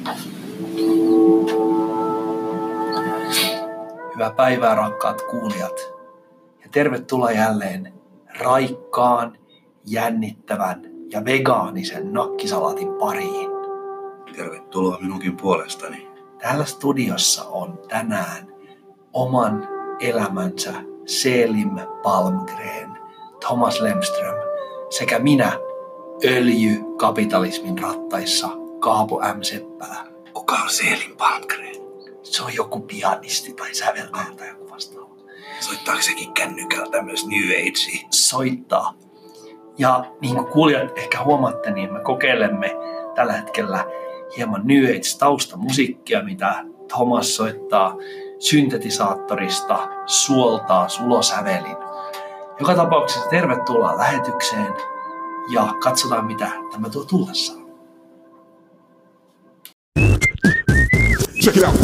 Hyvää päivää, rakkaat kuulijat, ja tervetuloa jälleen raikkaan, jännittävän ja vegaanisen nakkisalaatin pariin. Tervetuloa minunkin puolestani. Täällä studiossa on tänään oman elämänsä Selim Palmgren, Thomas Lemström sekä minä, öljykapitalismin rattaissa, Kaapo M. Seppälä. Kuka on Selim Palmgren? Se on joku pianisti tai säveltäjä tai joku vastaava. Soittaako sekin kännykältä myös New Agea? Soittaa. Ja niin kuin kuulijat ehkä huomaatte, niin me kokeilemme tällä hetkellä hieman New Age-taustamusiikkia, mitä Thomas soittaa syntetisaattorista suoltaa sulosävelin. Joka tapauksessa tervetuloa lähetykseen ja katsotaan, mitä tämä tuo tullessaan. Check it out.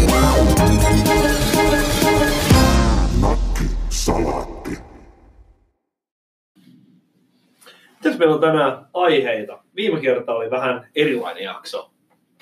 Nakkisalaatti. Mitäs meillä on tänään aiheita? Viime kerta oli vähän erilainen jakso.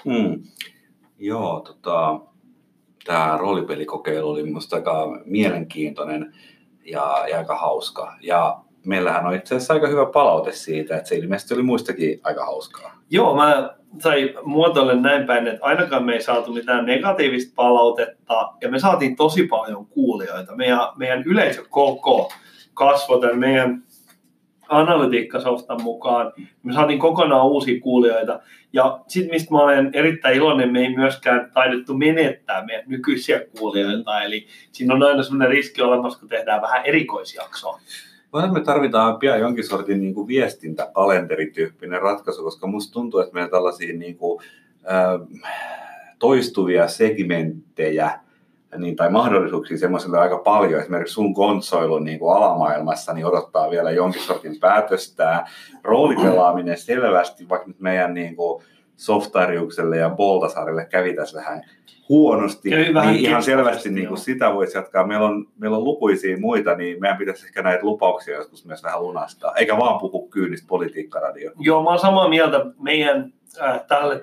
Joo, tämä roolipelikokeilu oli minusta aika mielenkiintoinen ja aika hauska. Ja meillähän on itse asiassa aika hyvä palaute siitä, että se ilmeisesti oli muistakin aika hauskaa. Joo, mä muotoilen näin päin, että ainakaan me ei saatu mitään negatiivista palautetta ja me saatiin tosi paljon kuulijoita. Meidän yleisökoko kasvoi tämän meidän analytiikkasoftan mukaan. Me saatiin kokonaan uusia kuulijoita. Ja sitten mistä mä olen erittäin iloinen, me ei myöskään taidettu menettää meidän nykyisiä kuulijoita. Eli siinä on aina sellainen riski olemassa, kun tehdään vähän erikoisjaksoa. Me tarvitaan pian jonkin sortin niin kuin viestintäkalenterityyppinen ratkaisu, koska musta tuntuu, että meillä tällaisia niin kuin, toistuvia segmenttejä tai mahdollisuuksia semmoiselle aika paljon. Esimerkiksi sun konsoilun niin kuin alamaailmassa niin odottaa vielä jonkin sortin päätöstä. Roolipelaaminen selvästi, vaikka nyt meidän niin kuin Softariukselle ja Boltasarille kävi tässä vähän huonosti, niin ihan selvästi niin kuin sitä voisi jatkaa. Meillä on lukuisia muita, niin meidän pitäisi ehkä näitä lupauksia joskus myös vähän lunastaa, eikä vaan puhu kyynistä politiikkaradioon. Joo, mä oon samaa mieltä meidän tälle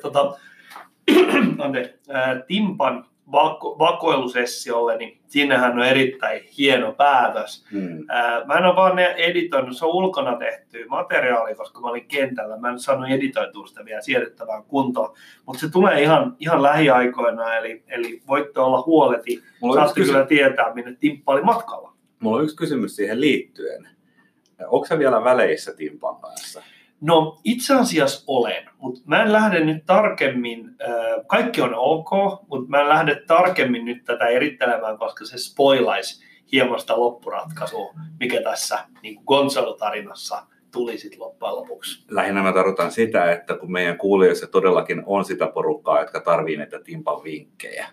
Timpan vakoilusessiolle, niin siinähän on erittäin hieno päätös. Mä en ole vaan editoinut, se on ulkona tehty materiaali, koska mä olin kentällä. Mä en saanut editoitua sitä vielä siedettävään kuntoon, mutta se tulee ihan lähiaikoina, eli voitte olla huoleti. Saatte kyllä tietää, minne Timppa oli matkalla. Mulla on yksi kysymys siihen liittyen. Onko sä vielä väleissä Timpan kanssa? No itse asiassa olen, mutta mä en lähde nyt tarkemmin, kaikki on ok, mutta mä en lähde tarkemmin nyt tätä erittelemään, koska se spoilaisi hieman sitä loppuratkaisua, mikä tässä niin kuin Gonzalo-tarinassa tuli sitten loppujen lopuksi. Lähinnä mä tarkoitan sitä, että kun meidän kuulijoissa todellakin on sitä porukkaa, jotka tarvii näitä Timpan vinkkejä.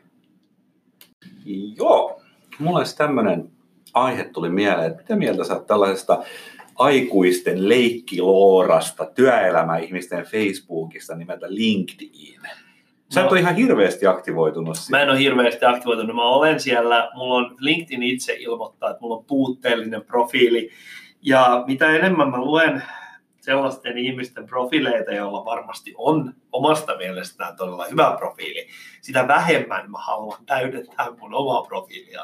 Joo, mulla olisi tämmöinen aihe tuli mieleen, että mitä mieltä sä oot tällaisesta aikuisten leikkiloorasta, työelämäihmisten Facebookista nimeltä LinkedIn. Sä et ole ihan hirveästi aktivoitunut siellä. Mä en ole hirveästi aktivoitunut. Mä olen siellä. Mulla on LinkedIn itse ilmoittaa, että mulla on puutteellinen profiili. Ja mitä enemmän mä luen sellaisten ihmisten profiileita, joilla varmasti on omasta mielestään todella hyvä profiili, sitä vähemmän mä haluan täydentää mun omaa profiiliani.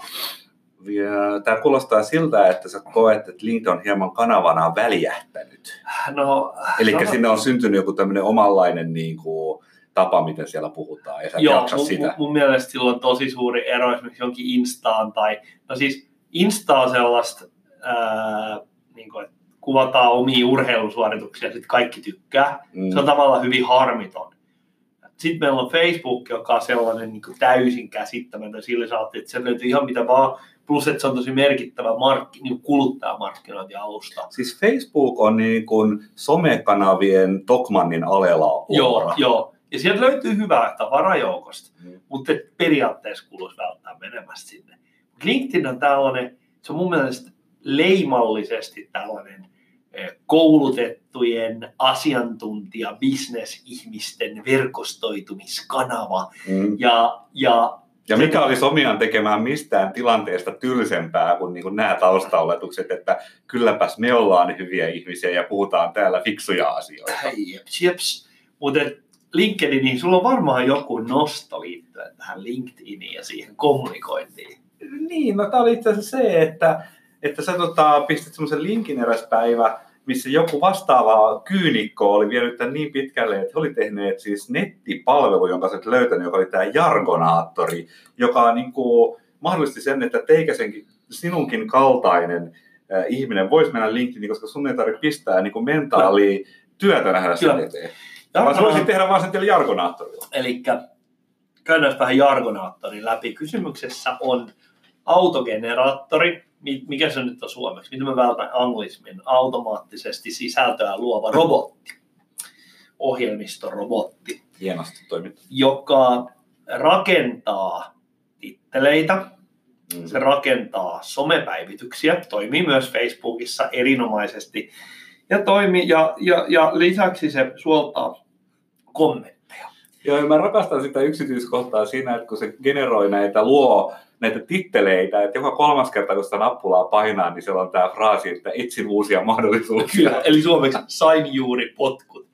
Tämä kuulostaa siltä, että sä koet, että LinkedIn on hieman kanavana väljähtänyt. Eli sinne on syntynyt joku tämmöinen omanlainen niin kuin, tapa, miten siellä puhutaan, ja sä jaksa sitä. Mun mielestä sillä on tosi suuri ero esimerkiksi jonkin Instaan tai, no siis Insta on sellaista, niin kuin, että kuvataan omia urheilusuorituksia ja sitten kaikki tykkää. Se on tavallaan hyvin harmiton. Sitten meillä on Facebook, joka on sellainen niin kuin täysin käsittämätön. Sillä saatte, että se löytyy ihan mitä vaan. Plus, että se on tosi merkittävä niin kuluttajamarkkinointialusta. Siis Facebook on niin kuin somekanavien Tokmannin alella. Joo. Ja sieltä löytyy hyvää tavarajoukosta. Mutta periaatteessa kuuluisi välttää menemästä sinne. LinkedIn on tällainen, se on mun mielestä leimallisesti tällainen koulutettujen asiantuntija, bisnesihmisten verkostoitumiskanava. Ja mikä olisi omiaan tekemään mistään tilanteesta tylsempää kuin, nämä taustaoletukset, että kylläpäs me ollaan hyviä ihmisiä ja puhutaan täällä fiksuja asioita. Jeps. Mutta LinkedIniin, sulla on varmaan joku nosto liittyen tähän LinkedIniin ja siihen kommunikointiin. Niin, no tää oli itse asiassa se, että sä pistät semmoisen linkin eräs päivä, missä joku vastaava kyynikko oli vienyt tämän niin pitkälle, että he oli tehneet siis nettipalvelu, jonka sä olet löytänyt, joka oli tämä Jargonaattori, joka niin kuin mahdollisti sen, että sinunkin kaltainen ihminen voisi mennä LinkedIniin, koska sun ei tarvitse pistää niin kuin mentaalia työtä nähdä sen eteen. Vaan sä voisit tehdä vaan sen teille Jargonaattorilla. Elikkä käydään vähän Jargonaattorin läpi. Kysymyksessä on autogeneraattori. Mikä se nyt on suomeksi? Miten mä vältän anglismin? Automaattisesti sisältöä luova robotti. Ohjelmistorobotti. Hienosti toimittu. Joka rakentaa titteleitä. Se rakentaa somepäivityksiä. Toimii myös Facebookissa erinomaisesti. Ja lisäksi se suoltaa kommentteja. Joo, mä rakastan sitä yksityiskohtaa siinä, että kun se generoi luo näitä titteleitä, että joka 3. kerta, kun sitä nappulaa painaa, niin siellä on tämä fraasi, että etsin uusia mahdollisuuksia. Kyllä, eli suomeksi sain juuri potkut.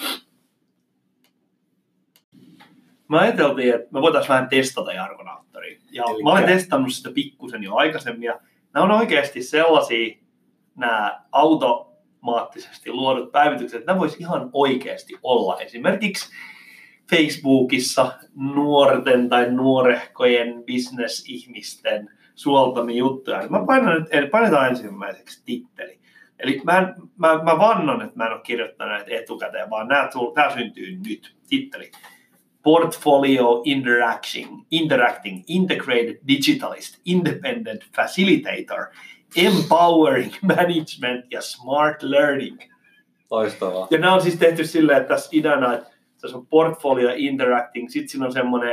Mä ajateltiin, että me voitaisiin vähän testata Jargonaattoria. Ja mä olen testannut sitä pikkusen jo aikaisemmin. Ja nämä on oikeasti sellaisia, nämä automaattisesti luodut päivitykset, että nämä voisi ihan oikeasti olla esimerkiksi Facebookissa nuorten tai nuorehkojen bisnesihmisten suoltamia juttuja. Mä painetaan ensimmäiseksi titteli. Eli mä vannon, että mä en ole kirjoittanut näitä etukäteen, vaan nämä syntyy nyt. Titteli. Portfolio Interacting Integrated Digitalist Independent Facilitator Empowering Management ja Smart Learning. Loistavaa. Ja nämä on siis tehty silleen, että tässä ideana, että tässä on Portfolio Interacting, sitten siinä on semmoinen,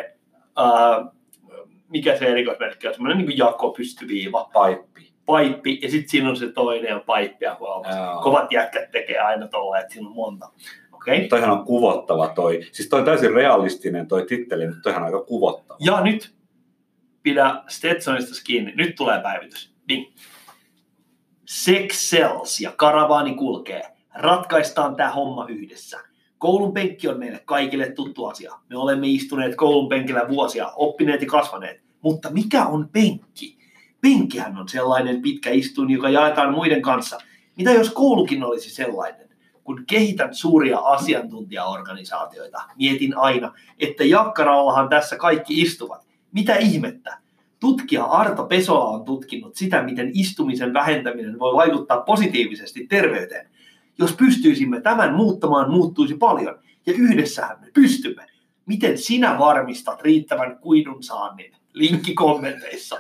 mikä se erikoismerkki on, semmoinen niin kuin jakopystyviiva. Paippi, ja sitten siinä on se toinen paippi, kun kovat jätkät tekee aina tolleen, että siinä on monta. Okay. Toihan on kuvottava toi. Siis toi on täysin realistinen toi titteli, mutta toihan on aika kuvottava. Ja nyt pidä Stetsonista kiinni. Nyt tulee päivitys. Bing. Sex sells ja karavaani kulkee. Ratkaistaan tää homma yhdessä. Koulun penkki on meille kaikille tuttu asia. Me olemme istuneet koulun penkillä vuosia, oppineet ja kasvaneet. Mutta mikä on penkki? Penkkihän on sellainen pitkä istuin, joka jaetaan muiden kanssa. Mitä jos koulukin olisi sellainen? Kun kehitän suuria asiantuntijaorganisaatioita, mietin aina, että jakkarallahan tässä kaikki istuvat. Mitä ihmettä? Tutkija Arto Pesola on tutkinut sitä, miten istumisen vähentäminen voi vaikuttaa positiivisesti terveyteen. Jos pystyisimme tämän muuttamaan, muuttuisi paljon. Ja yhdessähän me pystymme. Miten sinä varmistat riittävän kuidun saannin? Linkki kommenteissa.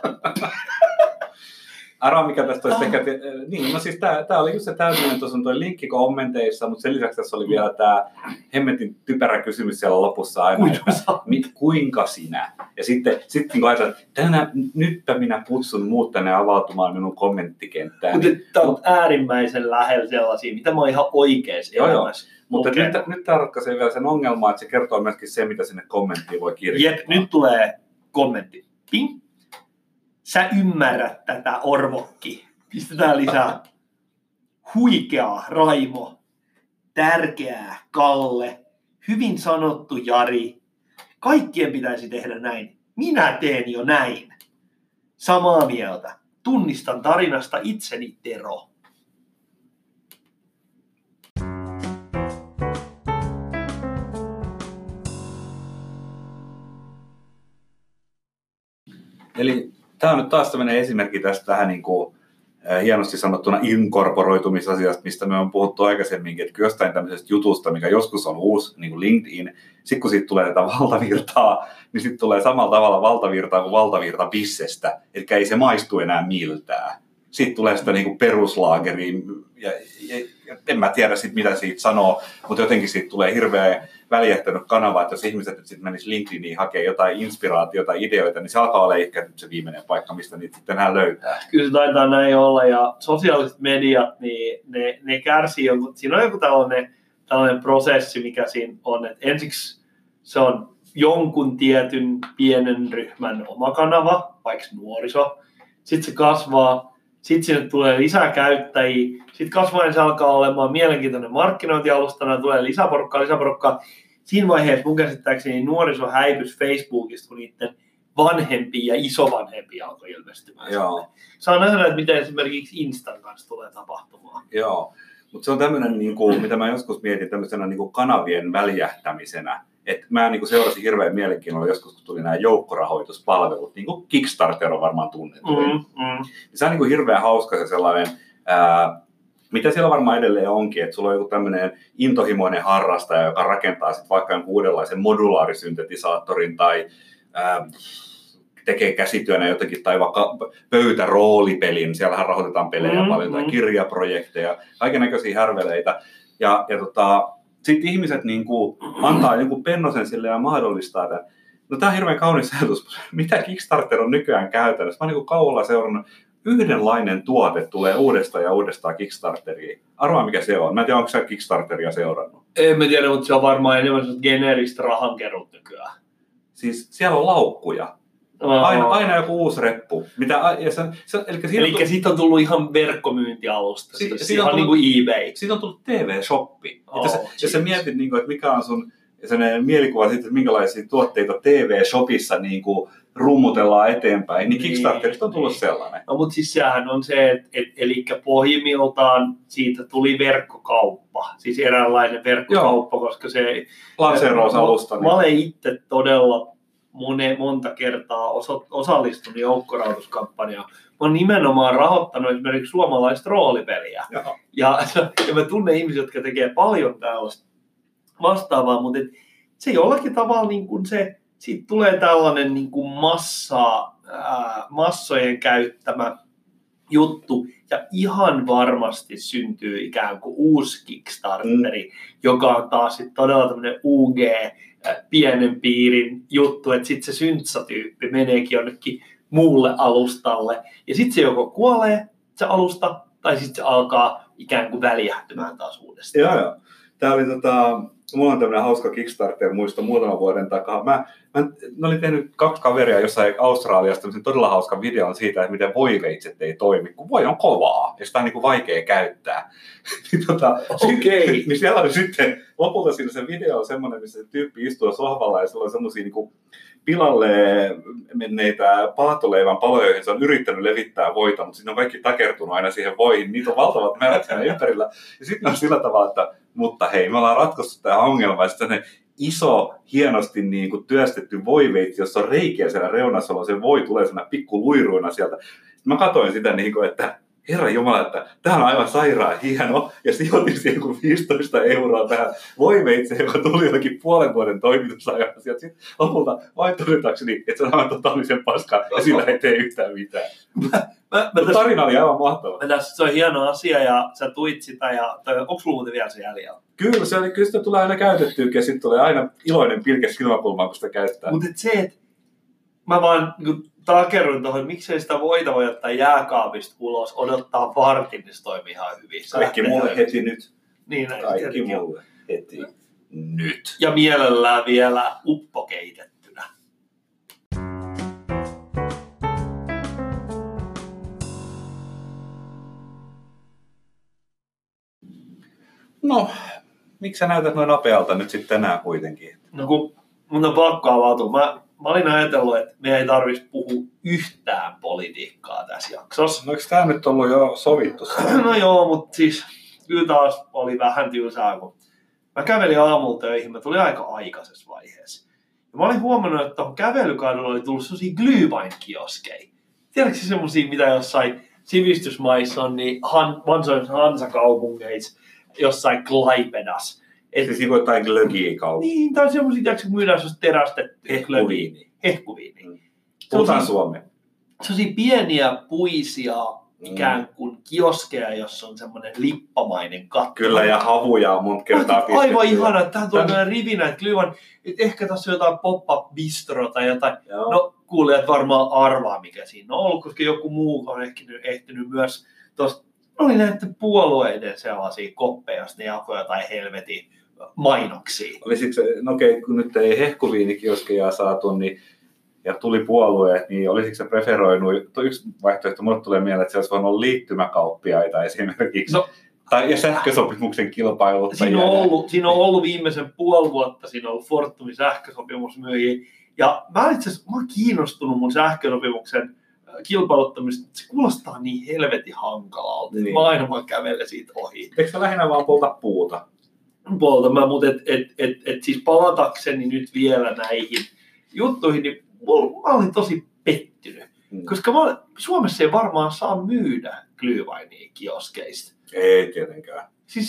Arvaa, mikä tästä olisi ehkä... Niin, no siis tää oli just se täydellinen, tuossa on toi linkki kommenteissa, mutta sen lisäksi tässä oli vielä tää hemmetin typerä kysymys siellä lopussa aina, että kuinka sinä? Ja sitten kun ajatellaan, että nytpä minä kutsun muut tänne avautumaan minun kommenttikenttään. Mutta tämä on äärimmäisen lähellä sellaisia, mitä mä oon ihan oikeassa elämässä. Mutta nyt tämä ratkaisee vielä sen ongelmaa, että se kertoo myöskin se, mitä sinne kommenttiin voi kirjoittaa. Jep, nyt tulee kommentti. Ping. Sä ymmärrät tätä, Orvokki. Pistetään lisää. Huikeaa, Raimo. Tärkeää, Kalle. Hyvin sanottu, Jari. Kaikkien pitäisi tehdä näin. Minä teen jo näin. Samaa mieltä. Tunnistan tarinasta itseni, Tero. Eli tämä on nyt taas tämmöinen esimerkki tästä vähän niin kuin hienosti sanottuna inkorporoitumisasiasta, mistä me on puhuttu aikaisemminkin, että jostain tämmöisestä jutusta, mikä joskus on uusi, niin kuin LinkedIn, sitten kun siitä tulee tätä valtavirtaa, niin sitten tulee samalla tavalla valtavirtaa kuin valtavirta bissestä, eli ei se maistu enää miltään. Sitten tulee sitä niin kuin peruslaageriin, ja en mä tiedä sit, mitä siitä sanoo, mutta jotenkin siitä tulee hirveä väljähtänyt kanava, että jos ihmiset nyt sitten menis LinkedIniin hakemaan jotain inspiraatiota, ideoita, niin se alkaa olla ehkä se viimeinen paikka, mistä niitä sitten enää löytää. Kyllä se taitaa näin olla, ja sosiaaliset mediat, niin ne kärsii, siinä on joku tällainen prosessi, mikä siinä on, että ensiksi se on jonkun tietyn pienen ryhmän oma kanava, vaikka nuoriso, sitten se kasvaa, sitten sinne tulee lisää käyttäjiä, sitten kasvaen se alkaa olemaan mielenkiintoinen markkinointialustana, tulee lisäporukkaa, siinä vaiheessa mun käsittääkseni nuoriso häipyisi Facebookista, kun niiden vanhempia ja isovanhempia alkoi ilmestymään. Joo. Saa nähdä, että miten esimerkiksi Instan kanssa tulee tapahtumaan. Joo, mutta se on tämmöinen, niin kuin, mitä mä joskus mietin tämmöisenä niin kuin kanavien väljähtämisenä. Et mä niin kuin seurasin hirveän mielenkiinnolla joskus, kun tuli nämä joukkorahoituspalvelut, niin kuin Kickstarter on varmaan tunnettu. Se on niin kuin hirveän hauska se sellainen, mitä siellä varmaan edelleen onkin, että sulla on joku tämmöinen intohimoinen harrastaja, joka rakentaa sit vaikka jonkun uudenlaisen modulaarisyntetisaattorin tai tekee käsityönä jotenkin tai vaikka pöytäroolipelin, siellähän rahoitetaan pelejä paljon tai kirjaprojekteja, kaikennäköisiä härveleitä. Ja sitten ihmiset niinku antaa jonkun pennosen sille ja mahdollistaa tämän. No tämä on hirveän kaunis ajatus, mitä Kickstarter on nykyään käytännössä. Mä oon niinku kaualla seurannut, yhdenlainen tuote tulee uudestaan ja uudestaan Kickstarteriin. Arvaa mikä se on. Mä en tiedä, onko sä Kickstarteria seurannut? En mä tiedä, mutta se on varmaan enemmän geneeristä rahankerut nykyään. Siis siellä on laukkuja. Aina joku uusi reppu. Eli siitä on tullut ihan verkkomyyntialusta. Siis ihan niin kuin eBay. Siitä on tullut TV-shoppi. Jos sä mietit, että mikä on sun mielikuva siitä, että minkälaisia tuotteita TV-shopissa niin kuin rummutellaan eteenpäin, niin Kickstarterista on tullut sellainen. No mutta siis sehän on se, eli pohjimmiltaan siitä tuli verkkokauppa. Siis eräänlainen verkkokauppa, koska se lanseerausalusta. Mä olen itse todella monta kertaa osallistunut joukkorahoituskampanjaan. Mä oon nimenomaan rahoittanut esimerkiksi suomalaista roolipeliä. Ja mä tunnen ihmisiä, jotka tekee paljon tällaista vastaavaa, mutta se jollakin tavalla niin kuin siitä tulee tällainen niin kuin massojen käyttämä juttu, ja ihan varmasti syntyy ikään kuin uusi Kickstarteri, joka on taas sit todella tämmöinen UG, pienen piirin juttu, että sitten se syntsatyyppi meneekin jonnekin muulle alustalle, ja sitten se joko kuolee, se alusta, tai sitten se alkaa ikään kuin väljähtymään taas uudestaan. Joo. Tämä oli mulla on tämmöinen hauska Kickstarter-muisto muutaman vuoden takaa. Mä olin tehnyt 2 kaveria jossain Australiasta tämmöisen todella hauskan videon siitä, että miten voiveitset ei toimi, kun voi on kovaa ja sitä on niin kuin vaikea käyttää. Niin siellä oli sitten lopulta siinä se video on semmoinen, missä se tyyppi istuu sohvalla ja sillä on semmoisia niin kuin pilalle menneitä paahtoleivän paloja, joihin se on yrittänyt levittää voita, mutta siinä on kaikki takertunut aina siihen voihin. Niitä on valtavat määrät siinä ympärillä. Ja sitten on sillä tavalla, että mutta hei, me ollaan ratkaistu tämä ongelma. Ja sitten iso, hienosti niin kuin työstetty voiveitsi, jossa on reikiä siellä reunassa, jolloin se voi tulee sellainen pikku luiruina sieltä. Sitten mä katsoin sitä, niin kuin, että Herra Jumala, että tämä on aivan sairaan hieno, ja sijoitin siihen 15 € tähän voiveitseen, joka tuli jollakin puolen vuoden toimitusajan. Sitten lopulta vain todetakseni, että se on aivan totaalisen paskaa, ja sillä ei tee yhtään mitään. Tarina oli aivan mahtava. Se on hieno asia, ja sä tuit sitä, ja onko sulla muuten vielä se jäljellä? Kyllä, kyllä sitä tulee aina käytettyä, ja sitten tulee aina iloinen pilke silmäkulmaan, kun sitä käyttää. Mutta se, että mä vaan takerun tuohon, että miksei sitä voita voi ottaa jääkaapista ulos, odottaa vartin, niin se toimii ihan hyvin. Kaikki mulle heti nyt. Niin, kaikki mulle heti nyt. Ja mielellään vielä uppokeitettynä. No, miksi sä näytät noin nopealta nyt sitten tänään kuitenkin? No kun mun on pakko avautua. Mä olin ajatellut, että me ei tarvitsisi puhua yhtään politiikkaa tässä jaksossa. No eikö tämä nyt ollut jo sovittu? No joo, mutta siis kyllä taas oli vähän tylsää, kun mä kävelin aamulla töihin. Mä tulin aika aikaisessa vaiheessa. Ja mä olin huomannut, että tuohon kävelykadulla oli tullut sellaisia glühwein-kioskeja. Tiedätkö semmosia, mitä jossain sivistysmaissa on, niin vanhoissa Hansa-kaupungeissa, jossain Klaipedassa. Siis niin kuin jotain glögiä kauppa. Niin, tai semmoisia, tiedätkö, myydään sellaista terästettyä glögiä. Hehkuviini. Puhutaan suomea. Sellaisia pieniä puisia ikään kuin kioskeja, jossa on semmoinen lippamainen katto. Kyllä, ja havuja on monta kertaa pistetty. Aivan ihana, että tähän tulee rivinä, että ehkä tässä on jotain pop-up bistro tai jotain. Joo. No, kuulijat varmaan arvaa, mikä siinä on ollut, koska joku muu on ehtinyt myös tuosta. Oli näitä puolueiden sellaisia koppeja, jos ne jakoi jotain helvetin mainoksia. Olisiko se, no okei, kun nyt ei hehkuviinikioskeja saatu, niin, ja tuli puolueet, niin olisiko se preferoinut, yksi vaihtoehto mulle tulee mieleen, että se olisi voinut olla liittymäkauppiaita esimerkiksi. No, Ja sähkösopimuksen kilpailuttajia. Siinä on ollut viimeisen puoli vuotta, siinä on ollut Fortumin sähkösopimusmyyjiä. Ja mä oon kiinnostunut mun sähkösopimuksen kilpailuttamista, se kuulostaa niin helvetin hankalalta. Niin. Mä aina vaan kävelen siitä ohi. Eikö sä lähinnä vaan polta puuta? Mutta siis palatakseni nyt vielä näihin juttuihin, niin mä olin tosi pettynyt. Koska Suomessa ei varmaan saa myydä glühweinia kioskeista. Ei tietenkään. Siis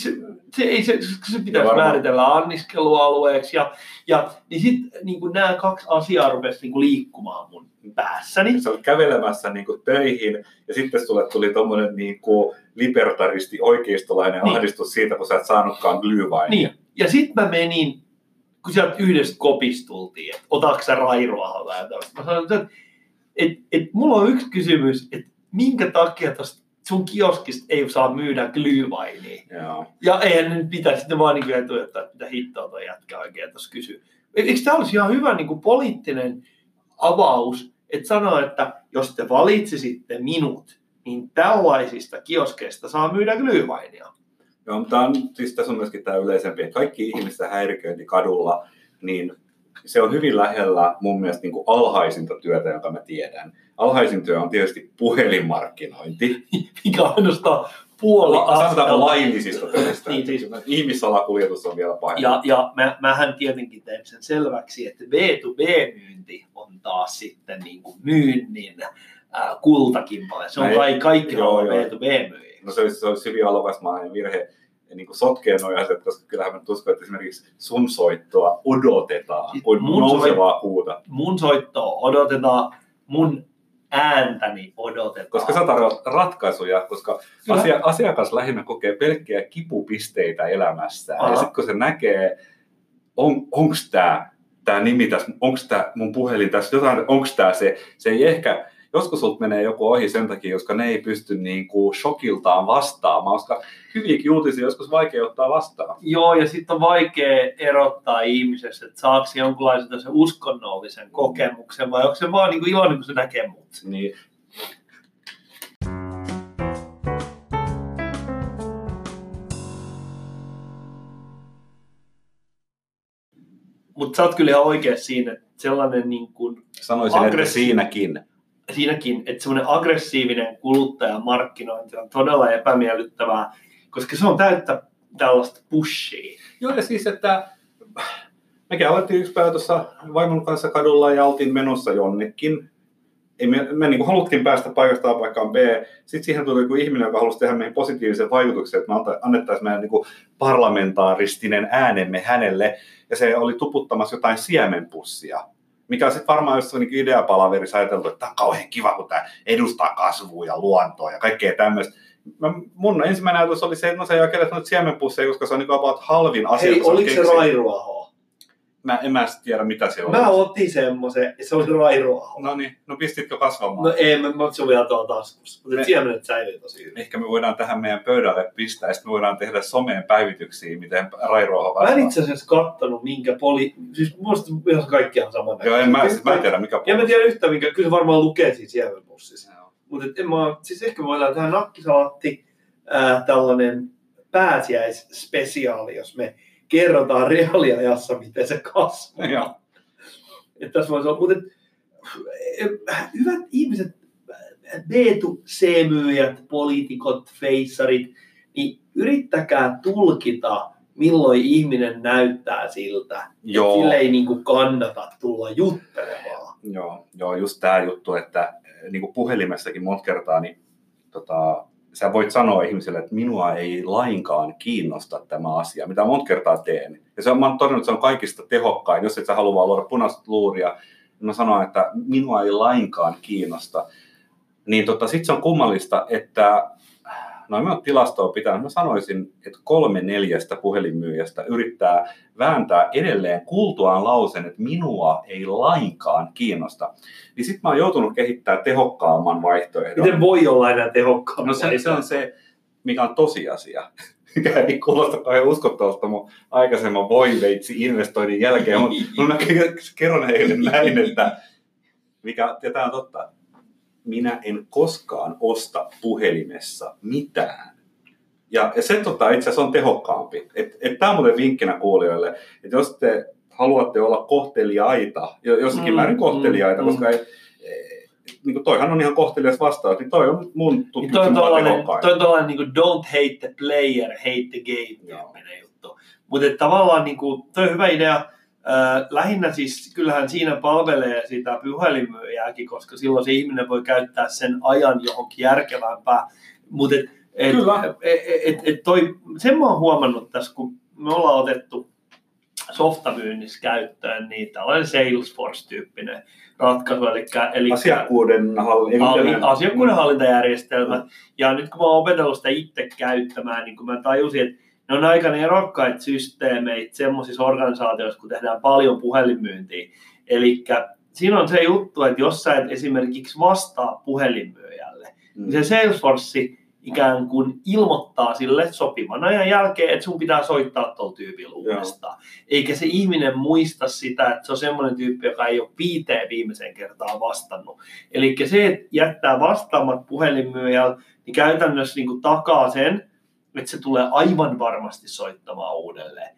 se pitäisi määritellä anniskelualueeksi. Niin sitten niin nämä kaksi asiaa rupesi niin liikkumaan mun päässäni. Sä olet kävelemässä niin töihin ja sitten sulle tuli tommonen niin libertaristi oikeistolainen ahdistus siitä, kun sä et saanutkaan glühweinia. Niin. Ja sitten mä menin, kun sieltä yhdestä kopista tultiin, että otatko sä Rairuahoa tai jotain. Mä sanoin, että mulla on yksi kysymys, että minkä takia tosta sun kioskista ei saa myydä glühweinia. Ja eihän nyt pitäisi sitten vaan niin etua, että mitä hittoa toi jätkä oikein tuossa kysyy. Eikö tämä olisi ihan hyvä niin kuin poliittinen avaus, että sanoa, että jos te valitsisitte minut, niin tällaisista kioskeista saa myydä glühweinia. Joo, mutta siis tässä on myöskin tämä yleisempi, että kaikki ihmisten häiriköinti kadulla, niin se on hyvin lähellä mun mielestä niin kuin alhaisinta työtä, jonka mä tiedän. Alhaisin työ on tietysti puhelinmarkkinointi. Mikä on ainoastaan puoli askelta. Sanotaan laillisista töistä. Niin, siis. Ihmissalakuljetus on vielä pahempi. Ja mähän tietenkin teen sen selväksi, että B2B-myynti on taas sitten niin kuin myynnin kultakimpale. Se on kaikki B2B-myynti. No se olisi hyvin alavasmainen virhe niin kuin sotkeen nojaiset, koska kyllähän mä uskon, että esimerkiksi sun soittoa odotetaan kuin nousevaa kuuta. Mun soittoa odotetaan, mun ääntäni odotetaan. Koska sä tarvitset ratkaisuja, koska asiakas lähinnä kokee pelkkiä kipupisteitä elämässään. Aha. Ja sitten kun se näkee, onko tämä nimi tässä, onko tämä mun puhelin tässä, jotain, onko tämä se ei ehkä. Joskus sulta menee joku ohi sen takia, koska ne ei pysty niinku shokiltaan vastaamaan, koska hyviäkin uutisia joskus vaikea ottaa vastaan. Joo, ja sitten on vaikea erottaa ihmisessä, että saako se jonkunlaisen se uskonnollisen kokemuksen, vai onko se vaan niinku iloinen, kun se näkee mut. Niin. Mutta sä oot kyllä ihan oikein siinä, että sellainen niin kuin sanoisin, että siinäkin, että semmoinen aggressiivinen kuluttajamarkkinointi on todella epämiellyttävää, koska se on täyttä tällaista pushia. Joo, ja siis, että mekin alettiin yksi päivä tuossa vaimon kanssa kadulla ja oltiin menossa jonnekin. Me niin kuin haluttiin päästä paikasta A paikkaan B. Sitten siihen tuli joku ihminen, joka halusi tehdä meihin positiivisen vaikutuksen, että me annettaisiin meidän niin kuin parlamentaaristinen äänemme hänelle. Ja se oli tuputtamassa jotain siemenpussia. Mikä on sitten varmaan just niin ideapalaverissa ajateltu, että tämä on kauhean kiva, kun tämä edustaa kasvua ja luontoa ja kaikkea tämmöistä. Mun ensimmäinen ajatus oli se, että se ei oikein lähtenyt siemenpusseja, koska se on niin about halvin asia. Hei, oliko se Rairuaho? En mä tiedä, mitä se oli. Mä otin semmoisen, se oli Rairuaho. No niin, no pistitkö kasvamaan? No ei, mä otin vielä tuolla taskussa, mutta siemenet säilyy tosi hyvin. Ehkä me voidaan tähän meidän pöydälle pistää, ja sitten me voidaan tehdä someen päivityksiä, miten Rairuaho vastaa. Mä en itse asiassa kattonut, minkä siis muista ihan kaikki on saman näköistä. Joo, mä en tiedä, mikä En mä tiedä yhtään, minkä, kyllä se varmaan lukee siinä siemenpussissa. Mutta siis ehkä me voidaan tehdä nakkisalaatti, tällainen pääsiäisspesiaali, jos me kerrotaan reaaliajassa, miten se kasvaa. Että tässä voisi olla, mutta hyvät ihmiset, B2C-myyjät, poliitikot, feissarit, niin yrittäkää tulkita, milloin ihminen näyttää siltä, että sille ei niin kuin kannata tulla juttelemaan. Joo, just tämä juttu, että niin kuin puhelimessakin monta kertaa, niin sä voit sanoa ihmiselle, että minua ei lainkaan kiinnosta tämä asia, mitä monta kertaa teen. Ja mä oon todennut, että se on kaikista tehokkain, jos et sä halua luoda punaista luuria, niin mä sanon, että minua ei lainkaan kiinnosta. Niin sit se on kummallista, että no mä oon tilastoa pitänyt, mä sanoisin, että 3/4 puhelinmyyjästä yrittää vääntää edelleen kuultuaan lauseen, että minua ei lainkaan kiinnosta. Niin sit mä oon joutunut kehittämään tehokkaamman vaihtoehdon. Miten voi olla enää tehokkaamman? No se on se, mikä on tosiasia. Mikä ei kuulosta kauhean uskottavalta mun aikaisemman voiveitsi-investoinnin jälkeen. Mä kerron heille näin, että ja tää on totta. Minä en koskaan osta puhelimessa mitään, Ja se itse asiassa on tehokkaampi. Tämä on muuten vinkkinä kuulijoille, että jos te haluatte olla kohteliaita, jossakin määrin kohteliaita, koska niin toihan on ihan kohtelias vastaus, niin toi on mun tutkimuksen mukaan tehokkain. Toi on tällainen niin don't hate the player, hate the game-tyyppinen juttu. Mutta tavallaan niin kuin, toi on hyvä idea. Lähinnä siis kyllähän siinä palvelee sitä puhelinmyyjääkin, koska silloin se ihminen voi käyttää sen ajan johonkin järkevämpään. Mutta sen mä oon huomannut tässä, kun me ollaan otettu softamyynnissä käyttöön, niin tällainen Salesforce-tyyppinen ratkaisu, eli asiakkuuden hallintajärjestelmät. Ja nyt kun mä oon opetellut sitä itse käyttämään, niin kun mä tajusin, että ne on aika erokkaita systeemeitä semmoisissa organisaatioissa, kun tehdään paljon puhelinmyyntiä. Eli siinä on se juttu, että jos sä et esimerkiksi vastaa puhelinmyyjälle, niin se Salesforce ikään kuin ilmoittaa sille sopivan ajan jälkeen, että sun pitää soittaa tuolla tyypillä uudestaan. Eikä se ihminen muista sitä, että se on semmoinen tyyppi, joka ei ole 5 viimeiseen kertaan vastannut. Eli se, että jättää vastaamat puhelinmyyjällä, niin käytännössä niin kuin takaa sen, että se tulee aivan varmasti soittamaan uudelleen.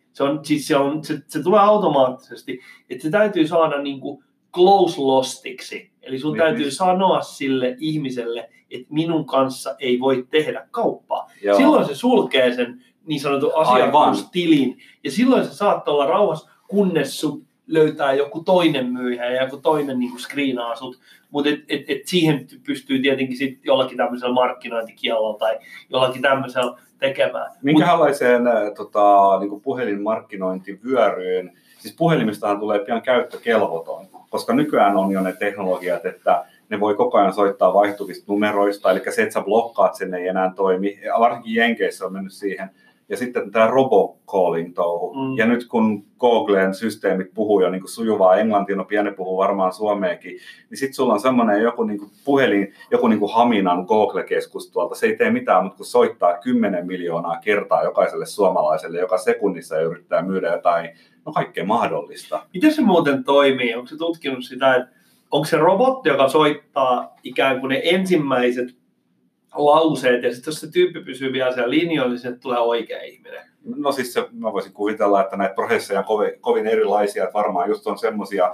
Se tulee automaattisesti, että se täytyy saada niin kuin close lostiksi. Eli sun täytyy sanoa sille ihmiselle, että minun kanssa ei voi tehdä kauppaa. Joo. Silloin se sulkee sen niin sanotun asiakkuustilin. Ja silloin se saattaa olla rauhassa, kunnes sun löytää joku toinen myyjä ja joku toinen niin kuin screenaa sut. Mutta siihen pystyy tietenkin sit jollakin tämmöisellä markkinointikiellolla tai jollakin tämmöisellä tekemään. Minkälaiseen niin puhelinmarkkinointivyöryyn, siis puhelimistahan tulee pian käyttökelvoton, koska nykyään on jo ne teknologiat, että ne voi koko ajan soittaa vaihtuvista numeroista, eli se, että sä blokkaat sen, ei enää toimi. Varsinkin Jenkeissä on mennyt siihen. Ja sitten tämä robocalling touhu. Ja nyt kun Googlen systeemit puhuu jo niin kuin sujuvaa englantia, no pieni puhuu varmaan suomeakin, niin sitten sulla on semmoinen joku niin kuin puhelin, joku niin kuin Haminan Google-keskus tuolta. Se ei tee mitään, mutta kun soittaa 10 miljoonaa kertaa jokaiselle suomalaiselle, joka sekunnissa ja yrittää myydä jotain, no kaikkea mahdollista. Miten se muuten toimii? Onko se tutkinut sitä, että onko se robotti, joka soittaa ikään kuin ne ensimmäiset lauseet, ja sitten jos se tyyppi pysyy vielä siellä linjoilla, niin sinne tulee oikea ihminen? No siis mä voisin kuvitella, että näitä prosesseja on kovin erilaisia, että varmaan just on semmoisia,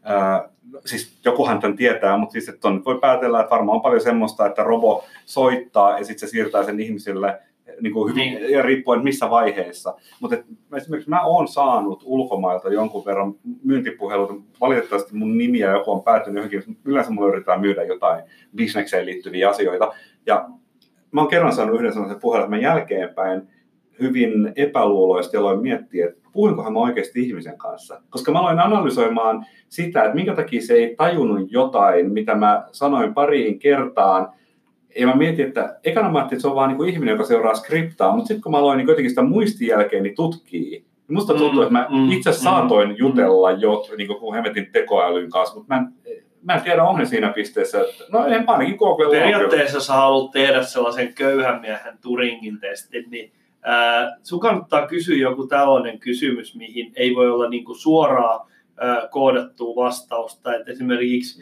siis jokuhan tämän tietää, mutta siis että voi päätellä, että varmaan on paljon semmoista, että robo soittaa ja sitten se siirtää sen ihmisille niin kuin hyvin, ja riippuen missä vaiheessa. Mutta esimerkiksi mä oon saanut ulkomailta jonkun verran myyntipuheluita. Valitettavasti mun nimi ja joku on päätynyt johonkin. Yleensä mulle yritetään myydä jotain bisnekseen liittyviä asioita. Ja mä oon kerran saanut yhden sellaisen puhelun, että mä jälkeenpäin hyvin epäluuloisesti aloin miettiä, että puhuinkohan mä oikeasti ihmisen kanssa. Koska mä aloin analysoimaan sitä, että minkä takia se ei tajunnut jotain, mitä mä sanoin pariin kertaan. Ja mä mietin, että ekana mä ajattelin, että se on vaan niin kuin ihminen, joka seuraa skriptaa, mutta sitten kun mä aloin niin jotenkin sitä muistijälkeen niin tutkii, niin musta tuntuu, että mä itse saatoin jutella jo niin kuin hemmetin tekoälyn kanssa, mutta mä en tiedä, onko ne siinä pisteessä, että no en ainakin Google. Periaatteessa jos haluat tehdä sellaisen köyhän miehen Turingin testin, niin sun kannattaa kysyä joku tällainen kysymys, mihin ei voi olla niin kuin suoraan koodattua vastausta, että esimerkiksi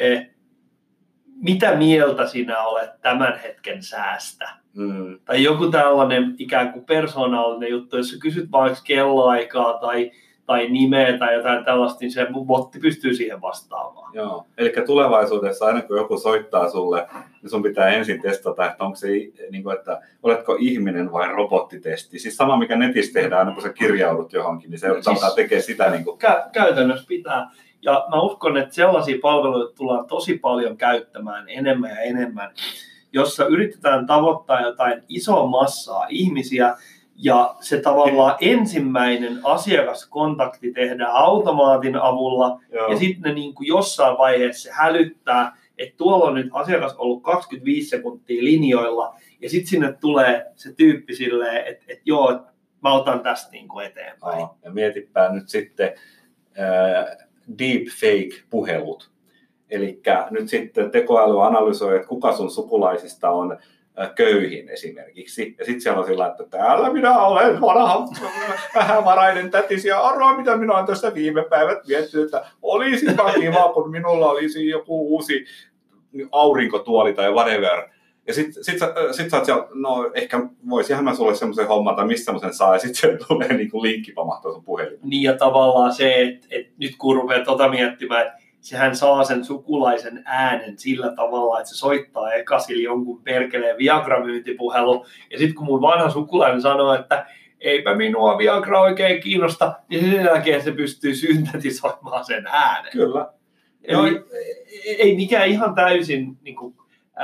mitä mieltä sinä olet tämän hetken säästä? Tai joku tällainen ikään kuin persoonallinen juttu, jos sä kysyt vaikka kelloaikaa tai nimeä tai jotain tällaista, niin se botti pystyy siihen vastaamaan. Joo, eli tulevaisuudessa aina kun joku soittaa sulle, niin sun pitää ensin testata, että onko se, niin kuin, että oletko ihminen vai robottitesti. Siis sama mikä netissä tehdään, aina kun sä kirjaudut johonkin, niin se siis tekee sitä. Niin kuin käytännössä pitää. Ja mä uskon, että sellaisia palveluita tullaan tosi paljon käyttämään enemmän ja enemmän, jossa yritetään tavoittaa jotain isoa massaa ihmisiä, ja se tavallaan ensimmäinen asiakaskontakti tehdään automaatin avulla, ja sitten ne niin kuin jossain vaiheessa se hälyttää, että tuolla on nyt asiakas ollut 25 sekuntia linjoilla, ja sitten sinne tulee se tyyppi silleen, että joo, mä otan tästä niin kuin eteenpäin. No, ja mietipä nyt sitten deepfake-puhelut. Eli nyt sitten tekoäly analysoi, että kuka sun sukulaisista on köyhin esimerkiksi. Ja sitten siellä on sillä, että täällä minä olen vanha, vähävarainen tätisi ja arvoa, mitä minä olen tässä viime päivät miettinyt, että olisipa kiva, kun minulla olisi joku uusi aurinkotuoli tai whatever. Ja sit sä oot siellä, no ehkä voisinhan mä sulle semmoisen hommata, mistä semmoisen saa, ja sit se tulee niinku linkki pamahtaa sun puhelimeen. Niin ja tavallaan se, että nyt kun rupeat miettimään, että sehän saa sen sukulaisen äänen sillä tavalla, että se soittaa eka sille jonkun perkeleen Viagra-myyntipuhelu, ja sitten kun mun vanha sukulainen sanoo, että eipä minua Viagra oikein kiinnosta, niin sen jälkeen se pystyy syntetisoimaan sen äänen. Kyllä. Eli ei mikään ihan täysin niin kuin,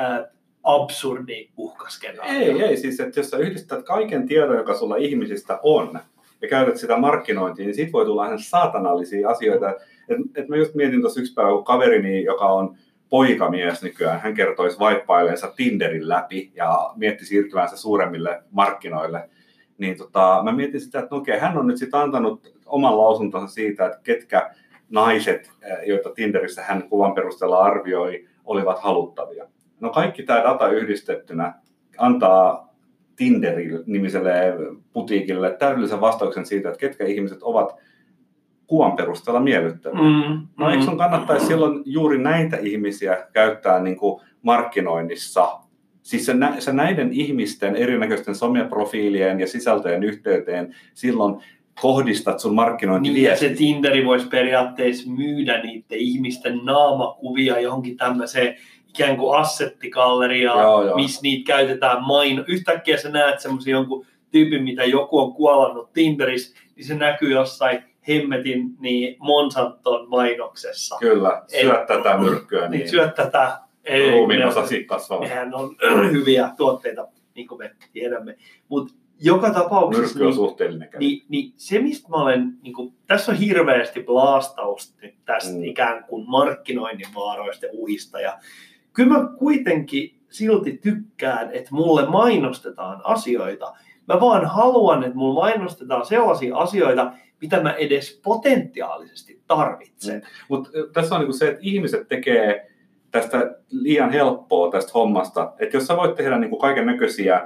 absurdi uhkaskenaario. Ei, siis että jos sä yhdistät kaiken tiedon, joka sulla ihmisistä on, ja käytät sitä markkinointiin, niin siitä voi tulla ihan saatanallisia asioita. Et mä just mietin tuossa yksi päivä, kun kaverini, joka on poikamies nykyään, hän kertoisi vaippaileensa Tinderin läpi ja mietti siirtyvänsä suuremmille markkinoille. Niin mä mietin sitä, että okei, hän on nyt sitten antanut oman lausuntonsa siitä, että ketkä naiset, joita Tinderissä hän kuvan perusteella arvioi, olivat haluttavia. No kaikki tämä data yhdistettynä antaa Tinder-nimiselle putiikille täydellisen vastauksen siitä, että ketkä ihmiset ovat kuvan perusteella miellyttäviä. No eikö sun kannattaisi silloin juuri näitä ihmisiä käyttää niin kuin markkinoinnissa? Siis sä näiden ihmisten erinäköisten someprofiilien ja sisältöjen yhteyteen silloin kohdistat sun markkinointiviestin. Niin, ja se Tinderi voisi periaatteessa myydä niiden ihmisten naamakuvia johonkin tämmöiseen ikään kuin assettigalleriaan, missä niitä käytetään yhtäkkiä sä näet semmoisen jonkun tyypin, mitä joku on kuolannut Tinderissä, niin se näkyy jossain hemmetin Monsanton mainoksessa. Kyllä, syöt tätä myrkkyä. Niin syöt tätä. Ruumiin osasi kasvaa. Nehän on hyviä tuotteita, niin kuin me tiedämme. Mutta joka tapauksessa myrkky on suhteellinen. Niin se, mistä mä olen, niin kuin, tässä on hirveästi blastausta tästä ikään kuin markkinoinnin vaaroista ja uhista. Ja kyllä mä kuitenkin silti tykkään, että mulle mainostetaan asioita. Mä vaan haluan, että mulle mainostetaan sellaisia asioita, mitä mä edes potentiaalisesti tarvitsen. Mutta tässä on niin se, että ihmiset tekee tästä liian helppoa tästä hommasta. Että jos sä voit tehdä niin kaiken näköisiä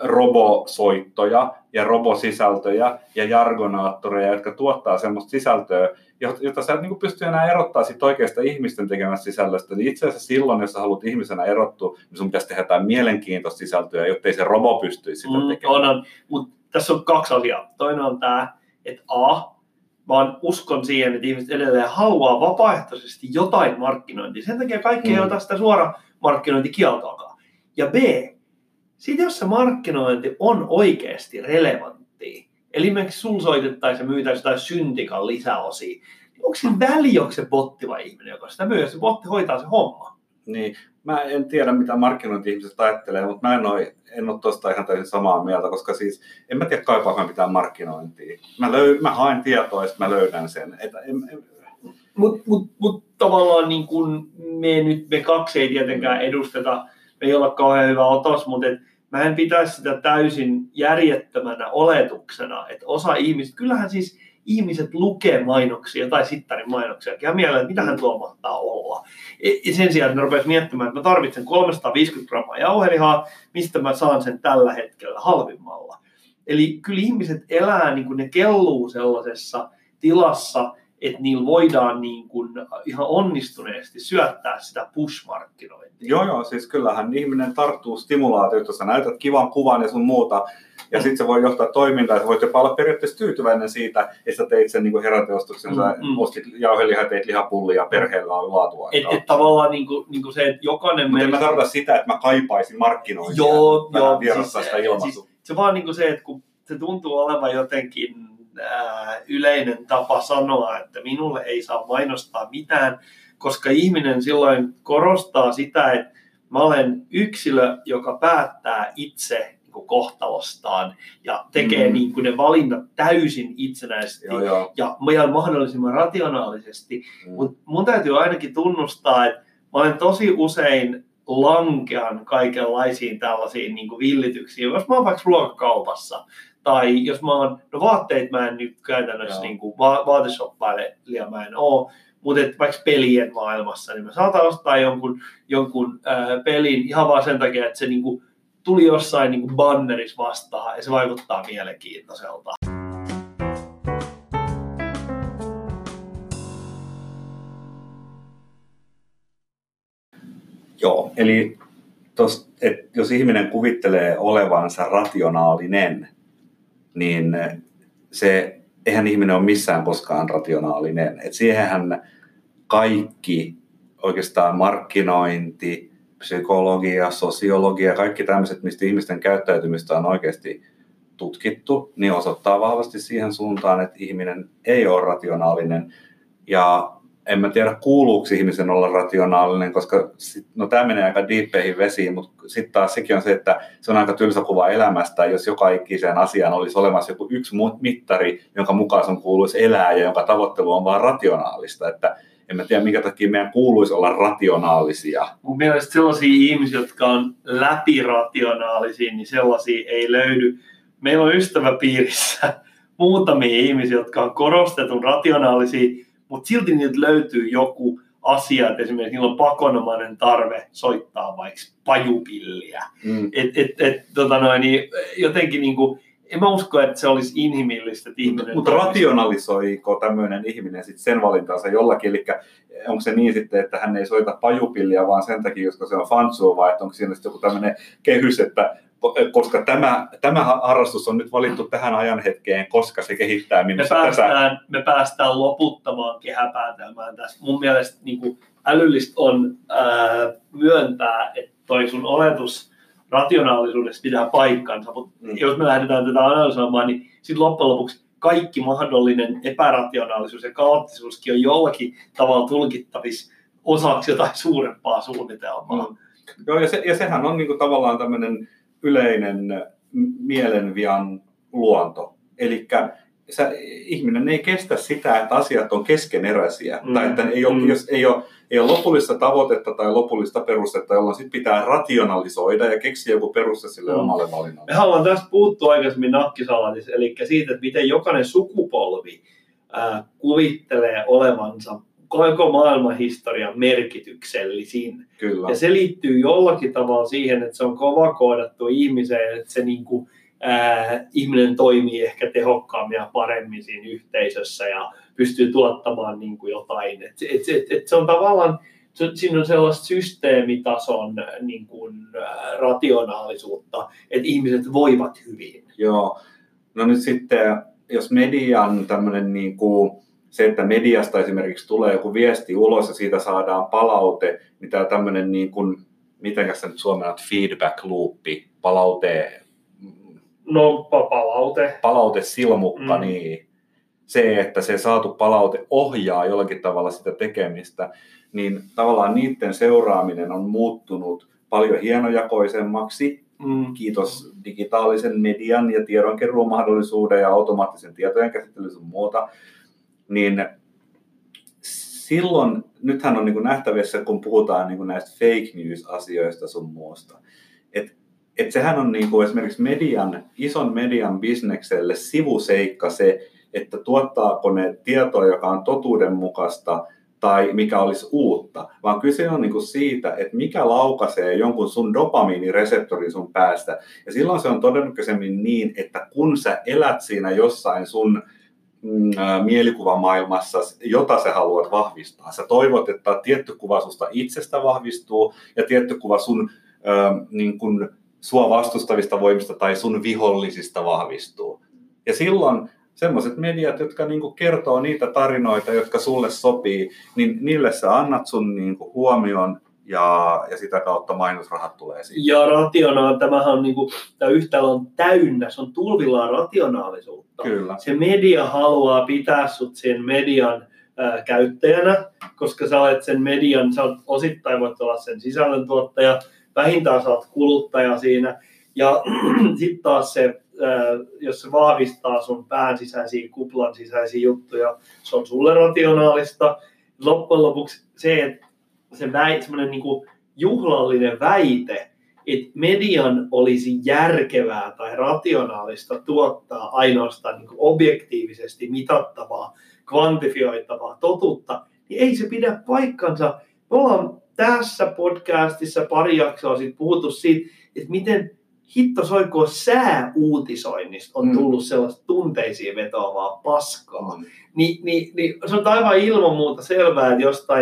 robosoittoja ja robosisältöjä ja jargonaattoreja, jotka tuottaa semmoista sisältöä, jota sä et niin pysty enää erottaa sit oikeasta ihmisten tekemästä sisällöstä. Niin itse asiassa silloin, jos sä haluat ihmisenä erottua, niin sun pitäisi tehdä jotain mielenkiintoista sisältöä, jottei se robo pystyisi sitä tekemään. Mutta tässä on kaksi asiaa. Toinen on tämä, että vaan uskon siihen, että ihmiset edelleen haluaa vapaaehtoisesti jotain markkinointia. Sen takia kaikki ei ota sitä suora markkinointikieltoakaan. Ja B, sitten jos se markkinointi on oikeasti relevanttia, eli esimerkiksi sulla soitettaisiin ja myytäisiin jotain syntikan lisäosia, niin onko sillä väliä, onko se botti vai ihminen, joka sitä myy, jos se botti hoitaa se homma? Niin, mä en tiedä mitä markkinointi-ihmiset ajattelee, mutta en ole tuosta ihan täysin samaa mieltä, koska siis en mä tiedä kaipaako mitään markkinointia. Mä haen tietoa ja mä löydän sen. Mut tavallaan niin kun me kaksi ei tietenkään edusteta, me ei olla kauhean hyvä otos, mutta mä en pitäisi sitä täysin järjettömänä oletuksena, että osa ihmisistä, kyllähän siis ihmiset lukee mainoksia tai sittarin mainoksia ja mielellä, että mitähän tuolla mahtaa olla. Ja sen sijaan, että ne rupeaisi miettimään, että mä tarvitsen 350 grammaa jauhelihaa, mistä mä saan sen tällä hetkellä halvimmalla. Eli kyllä ihmiset elää, niin kuin ne kelluu sellaisessa tilassa, että niillä voidaan niin kuin ihan onnistuneesti syöttää sitä push-markkinointia. Joo, siis kyllähän ihminen tarttuu stimulaatioita, sä näytät kivan kuvan ja sun muuta, ja sitten se voi johtaa toimintaa, sä voit jopa olla periaatteessa tyytyväinen siitä, että sä teit sen niin heräteostoksen, sä ostit jauhelihaa, teit lihapullia ja perheellä on laatuaikaa. Että tavallaan niin kuin se, että jokainen... Mutta en mä tarkoita sitä, että mä kaipaisin markkinointia, mä vierastaa sitä ilmaisua. Siis, se vaan niin kuin se, että kun se tuntuu olevan jotenkin yleinen tapa sanoa, että minulle ei saa mainostaa mitään, koska ihminen silloin korostaa sitä, että mä olen yksilö, joka päättää itse kohtalostaan ja tekee niin kuin ne valinnat täysin itsenäisesti ja mahdollisimman rationaalisesti. Mutta mun täytyy ainakin tunnustaa, että mä olen tosi usein lankean kaikenlaisiin tällaisiin niin kuin villityksiin, jos mä oon vaikka ruokakaupassa. Tai jos mä oon, vaatteet mä en nyt käytännössä niin kuin vaateshoppailija mä en oo, mutta vaikka pelien maailmassa, niin mä saatan ostaa jonkun pelin ihan vaan sen takia, että se niin kuin tuli jossain niin kuin bannerissa vastaan ja se vaikuttaa mielenkiintoiselta. Joo, eli että jos ihminen kuvittelee olevansa rationaalinen, niin eihän ihminen ole missään koskaan rationaalinen. Et siihenhän kaikki oikeastaan markkinointi, psykologia, sosiologia, kaikki tämmöiset, mistä ihmisten käyttäytymistä on oikeasti tutkittu, niin osoittaa vahvasti siihen suuntaan, että ihminen ei ole rationaalinen. Ja en mä tiedä, kuuluuko ihmisen olla rationaalinen, koska tämä menee aika diippeihin vesiin, mutta sitten taas sekin on se, että se on aika tylsä kuva elämästä, jos joka ikiseen asiaan olisi olemassa joku yksi mittari, jonka mukaan sun kuuluisi elää ja jonka tavoittelu on vaan rationaalista. Että en mä tiedä, minkä takia meidän kuuluisi olla rationaalisia. Mun mielestä sellaisia ihmisiä, jotka on läpirationaalisia, niin sellaisia ei löydy. Meillä on ystäväpiirissä muutamia ihmisiä, jotka on korostetun rationaalisia, mutta silti niiltä löytyy joku asia, että esimerkiksi niillä on pakonomainen tarve soittaa vaikka pajupilliä. Niin jotenkin niinku, en mä usko, että se olisi inhimillistä, että ihminen... Mutta rationalisoiko tämmöinen ihminen sitten sen valintansa jollakin? Eli onko se niin sitten, että hän ei soita pajupilliä vaan sen takia, koska se on fansua, vai onko siinä sitten joku tämmöinen kehys, että koska tämä harrastus on nyt valittu tähän ajanhetkeen, koska se kehittää minusta me päästään loputtamaan kehäpäätelmään tässä. Mun mielestä niin kuin älyllistä on myöntää, että toi sun oletus rationaalisuudesta pitää paikkansa, mutta jos me lähdetään tätä analysoimaan, niin sitten loppujen lopuksi kaikki mahdollinen epärationaalisuus ja kaoottisuuskin on jollakin tavalla tulkittavissa osaksi jotain suurempaa suunnitelmaa. Joo, ja sehän on niinku tavallaan tämmöinen yleinen mielenvian luonto. Eli ihminen ei kestä sitä, että asiat on keskeneräisiä. Tai että jos ei ole lopullista tavoitetta tai lopullista perustetta, jolloin sit pitää rationalisoida ja keksiä joku peruste sille omalle valinnalle. Me haluan tästä puuttua aikaisemmin nakkisalatissa, eli siitä, että miten jokainen sukupolvi kuvittelee olevansa koko maailman historian merkityksellisin. Kyllä. Ja se liittyy jollakin tavalla siihen, että se on kova koodattu ihmiseen, että se niinku, ihminen toimii ehkä tehokkaammin ja paremmin siinä yhteisössä ja pystyy tuottamaan niinku jotain. Et se on tavallaan, siinä on sellaista systeemitason niinku, rationaalisuutta, että ihmiset voivat hyvin. Joo, no nyt sitten, jos median tämmöinen niinku se, että mediasta esimerkiksi tulee joku viesti ulos ja siitä saadaan palaute, mitä tämmöinen niin kuin, mitenkäs se nyt suomenat feedback loopi, palautesilmukka, niin se, että se saatu palaute ohjaa jollakin tavalla sitä tekemistä, niin tavallaan niiden seuraaminen on muuttunut paljon hienojakoisemmaksi, kiitos digitaalisen median ja tiedonkeruun mahdollisuuden ja automaattisen tietojen käsittelyn sun muuta. Niin silloin, nythän on niin kuin nähtävissä, kun puhutaan niin kuin näistä fake news-asioista sun muusta, että sehän on niin kuin esimerkiksi ison median bisnekselle sivuseikka se, että tuottaako ne tietoa, joka on totuudenmukaista tai mikä olisi uutta, vaan kyse on niin kuin siitä, että mikä laukaisee jonkun sun dopamiinireseptorin sun päästä. Ja silloin se on todennäköisemmin niin, että kun sä elät siinä jossain sun mielikuvamaailmassa, jota sä haluat vahvistaa. Sä toivot, että tietty kuva susta itsestä vahvistuu ja tietty kuva sun niin kun sua vastustavista voimista tai sun vihollisista vahvistuu. Ja silloin semmoiset mediat, jotka niin kun kertoo niitä tarinoita, jotka sulle sopii, niin niille sä annat sun niin kun huomion ja sitä kautta mainosrahat tulee siitä. Ja tämähän on niinku, tämä yhtälö on täynnä, se on tulvillaan rationaalisuutta. Kyllä. Se media haluaa pitää sut sen median käyttäjänä, koska sä olet sen median, sä olet osittain voit olla sen sisällöntuottaja, vähintään sä olet kuluttaja siinä. Ja sitten taas se, jos se vahvistaa sun pään sisäisiä, kuplan sisäisiä juttuja, se on sulle rationaalista. Loppujen lopuksi se, että semmoinen niinku juhlallinen väite, että median olisi järkevää tai rationaalista tuottaa ainoastaan niinku objektiivisesti mitattavaa, kvantifioitavaa totuutta, niin ei se pidä paikkansa. Me ollaan tässä podcastissa pari jaksoa sitten puhuttu siitä, että miten hitto soikoo sääuutisoinnista on tullut sellaista tunteisiin vetoavaa paskaa. Niin se on aivan ilman muuta selvää, että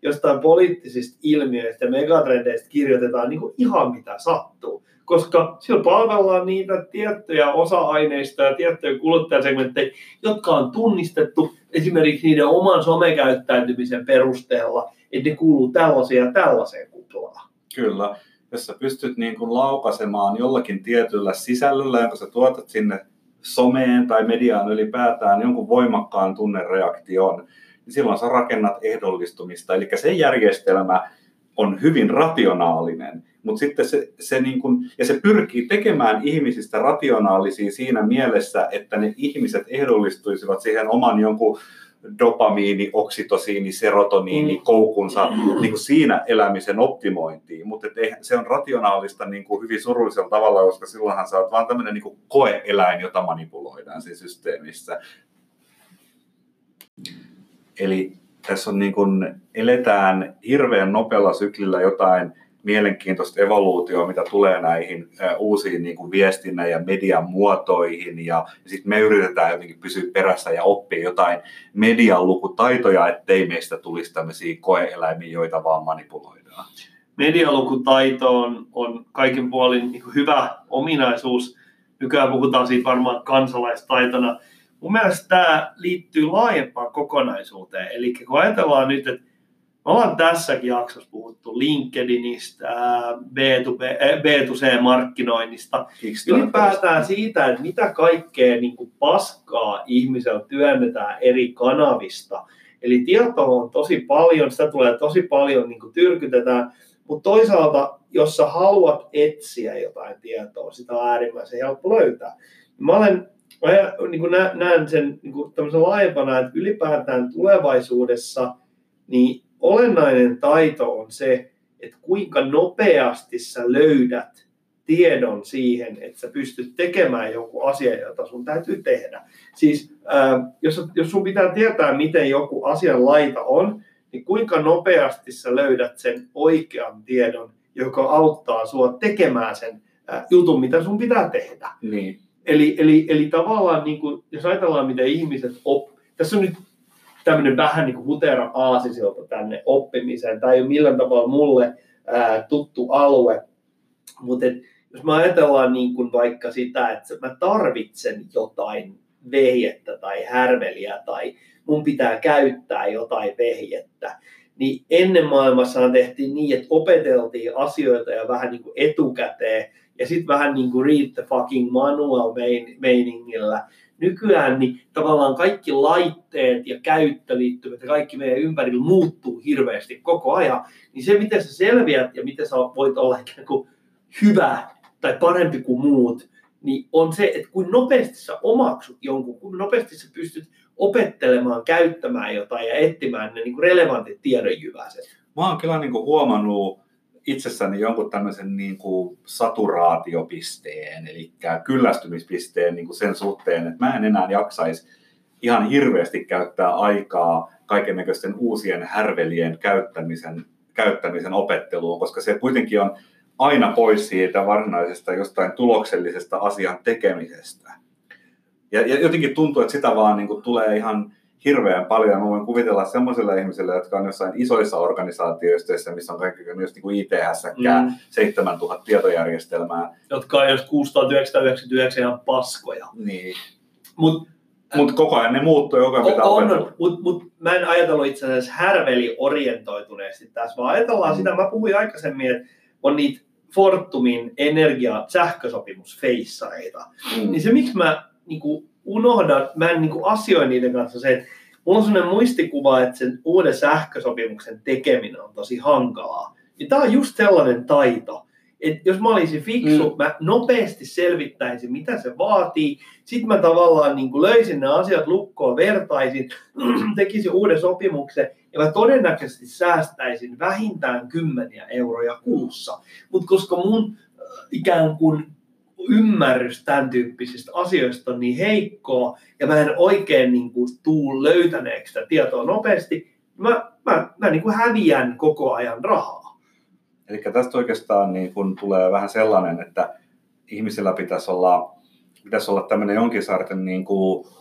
jostain poliittisista ilmiöistä ja megatrendeistä kirjoitetaan niin kuin ihan mitä sattuu. Koska siellä palvellaan niitä tiettyjä osa-aineistoja ja tiettyjä kuluttajasegmenttejä, jotka on tunnistettu esimerkiksi niiden oman somekäyttäytymisen perusteella, että ne kuuluu tällaiseen kuplaan. Kyllä. Jos sä pystyt niin kuin laukaisemaan jollakin tietyllä sisällöllä, jonka sä tuotat sinne someen tai mediaan ylipäätään jonkun voimakkaan tunnereaktion, niin silloin sä rakennat ehdollistumista. Eli se järjestelmä on hyvin rationaalinen, mutta sitten se niin kuin, ja se pyrkii tekemään ihmisistä rationaalisia siinä mielessä, että ne ihmiset ehdollistuisivat siihen oman jonkun dopamiini, oksitosiini, serotoniini, koukunsa niin kuin siinä elämisen optimointiin, mutta se on rationaalista niin kuin hyvin surullisella tavalla, koska silloinhan sä oot vaan tämmöinen niin kuin koe-eläin, jota manipuloidaan siinä systeemissä. Eli tässä on niin kuin, eletään hirveän nopealla syklillä jotain mielenkiintoista evoluutioa, mitä tulee näihin uusiin niin kuin viestinnän ja median muotoihin, ja sitten me yritetään jotenkin pysyä perässä ja oppia jotain median lukutaitoja, ettei meistä tulisi tämmöisiä koe-eläimiä, joita vaan manipuloidaan. Medialukutaito on kaikin puolin niin kuin hyvä ominaisuus. Nykyään puhutaan siitä varmaan kansalaistaitona. Mun mielestä tämä liittyy laajempaan kokonaisuuteen. Eli kun ajatellaan nyt, että me ollaan tässäkin jaksossa puhuttu LinkedInistä, B2C-markkinoinnista, ylipäätään siitä, että mitä kaikkea niin kuin paskaa ihmisellä työnnetään eri kanavista. Eli tietoa on tosi paljon, sitä tulee tosi paljon, niin kuin tyrkytetään, mutta toisaalta, jos sä haluat etsiä jotain tietoa, sitä on äärimmäisen helppo löytää. Niin näen sen niin tämmöisen laajempana, että ylipäätään tulevaisuudessa niin olennainen taito on se, että kuinka nopeasti sä löydät tiedon siihen, että sä pystyt tekemään jonkun asian, jota sun täytyy tehdä. Siis jos sun pitää tietää, miten joku asian laita on, niin kuinka nopeasti sä löydät sen oikean tiedon, joka auttaa sua tekemään sen jutun, mitä sun pitää tehdä. Niin. Eli tavallaan, niin kuin, jos ajatellaan, miten ihmiset tässä on nyt tämmöinen vähän niin kuin hutera aasisilta tänne oppimiseen. Tämä ei ole millään tavalla mulle tuttu alue, mutta jos me ajatellaan niin kuin vaikka sitä, että mä tarvitsen jotain vehjettä tai härveliä tai mun pitää käyttää jotain vehjettä, niin ennen maailmassaan tehtiin niin, että opeteltiin asioita ja vähän niin kuin etukäteen ja sitten vähän niin kuin read the fucking manual meiningillä. Nykyään niin tavallaan kaikki laitteet ja käyttöliittymät ja kaikki meidän ympärillä muuttuu hirveästi koko ajan. Niin se, miten sä selviät ja miten sä voit olla ikään kuin hyvä tai parempi kuin muut, niin on se, että kuin nopeasti sä omaksut jonkun, kuin nopeasti sä pystyt opettelemaan, käyttämään jotain ja etsimään ne niin kuin relevantit tiedonjyväiset. Mä oon kyllä niin kuin huomannut itsessäni jonkun tämmöisen niin kuin saturaatiopisteen, eli kyllästymispisteen niin kuin sen suhteen, että mä en enää jaksaisi ihan hirveästi käyttää aikaa kaikennäköisten uusien härvelien käyttämisen opetteluun, koska se kuitenkin on aina pois siitä varsinaisesta jostain tuloksellisesta asian tekemisestä. Ja jotenkin tuntuu, että sitä vaan niin kuin tulee ihan hirveän paljon. Mä voin kuvitella sellaisille ihmisille, jotka on jossain isoissa organisaatioissa, missä on kaikki just niin kuin IT-hässäkkää, 7000 tietojärjestelmää. Jotka on jos 6999 ihan paskoja. Niin. Mutta koko ajan ne muuttuu, joka pitää opetella. Mutta mä en ajatellut itse asiassa härveli-orientoituneesti tässä, vaan ajatellaan sitä, mä puhuin aikaisemmin, että on niitä Fortumin sähkösopimusfeissareita. Niin se, miksi mä niinku unohdan, mä en niinku asioin niiden kanssa se, että mulla on sellainen muistikuva, että sen uuden sähkösopimuksen tekeminen on tosi hankalaa. Ja tää on just sellainen taito, että jos mä olisin fiksu, mä nopeasti selvittäisin, mitä se vaatii. Sitten mä tavallaan niin kuin löisin ne asiat lukkoon, vertaisin, tekisin uuden sopimuksen ja mä todennäköisesti säästäisin vähintään 10 euroja kuussa. Mutta koska mun ikään kuin ymmärrys tämän tyyppisistä asioista on niin heikkoa ja mä en oikein niin kuin tuu löytäneeksi sitä tietoa nopeasti, mä niin kuin häviän koko ajan rahaa. Eli tästä oikeastaan niin kun tulee vähän sellainen, että ihmisillä pitäisi olla tämmöinen jonkin sortin niin kuin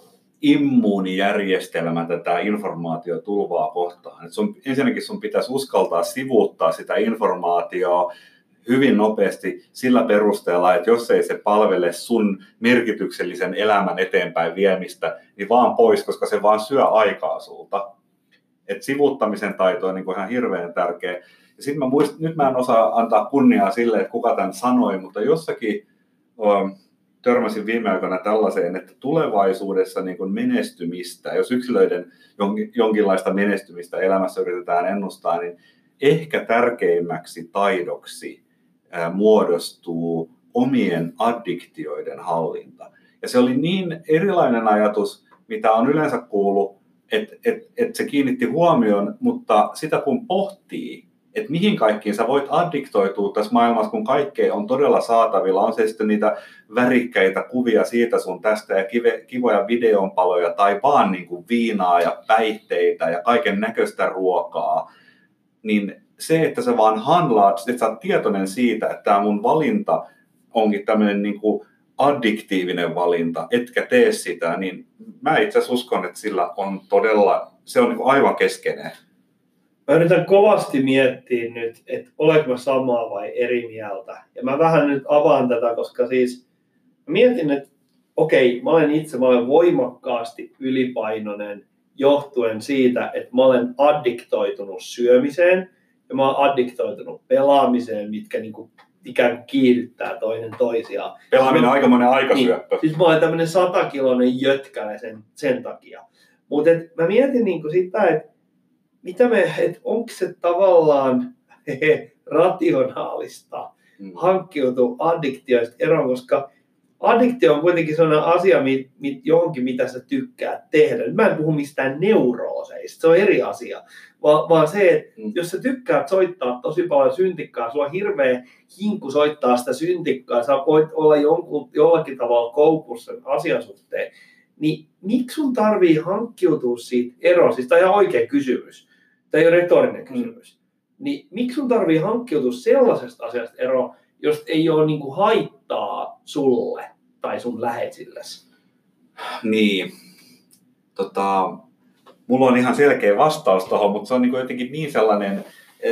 immuunijärjestelmä tätä informaatiotulvaa kohtaan. Ensinnäkin sun pitäisi uskaltaa sivuuttaa sitä informaatiota hyvin nopeasti sillä perusteella, että jos ei se palvele sun merkityksellisen elämän eteenpäin viemistä, niin vaan pois, koska se vaan syö aikaa sulta. Et sivuuttamisen taito on niin kuin ihan hirveän tärkeä. Ja sitten nyt mä en osaa antaa kunniaa sille, että kuka tämän sanoi, mutta jossakin törmäsin viime aikoina tällaiseen, että tulevaisuudessa niin kuin menestymistä, jos yksilöiden jonkinlaista menestymistä elämässä yritetään ennustaa, niin ehkä tärkeimmäksi taidoksi muodostuu omien addiktioiden hallinta. Ja se oli niin erilainen ajatus, mitä on yleensä kuullut, että se kiinnitti huomioon, mutta sitä kun pohtii, että mihin kaikkiin sä voit addiktoitua tässä maailmassa, kun kaikkea on todella saatavilla. On se sitten niitä värikkäitä kuvia siitä sun tästä ja kivoja videonpaloja tai vaan niin kuin viinaa ja päihteitä ja kaiken näköistä ruokaa. Niin se, että sä vaan handlaat, että sä oot tietoinen siitä, että tämä mun valinta onkin tämmöinen niin kuin addiktiivinen valinta, etkä tee sitä, niin mä itse asiassa uskon, että sillä on todella, se on niin kuin aivan keskeinen. Mä yritän kovasti miettiä nyt, että olenko mä samaa vai eri mieltä. Ja mä vähän nyt avaan tätä, koska siis mä mietin, että okei, mä olen voimakkaasti ylipainoinen johtuen siitä, että mä olen addiktoitunut syömiseen ja mä olen addiktoitunut pelaamiseen, mitkä niinku ikään kuin kiihdyttää toinen toisiaan. Pelaaminen on aikamoinen aikasyöppö. Niin, siis mä olen tämmöinen 100-kiloinen jötkälä sen takia. Mutta mä mietin niinku sitä, että onko se tavallaan rationaalista hankkiutua addiktioista eroon, koska addiktio on kuitenkin sellainen asia johonkin, mitä sä tykkäät tehdä. Mä en puhu mistään neurooseista, se on eri asia, vaan se, että jos sä tykkäät soittaa tosi paljon syntikkaa, sulla on hirveä hinku soittaa sitä syntikkaa, sä voit olla jollakin tavalla koukussa sen asian suhteen, niin miksi sun tarvii hankkiutua siitä eroon? Siis tämä on ihan oikea kysymys. Tämä ei ole retorinen kysymys. Niin miksi sun tarvii hankkiutua sellaisesta asiasta eroon, jos ei ole niinku haittaa sulle tai sun läheisillesi? Niin. Mulla on ihan selkeä vastaus tuohon, mutta se on niinku jotenkin niin sellainen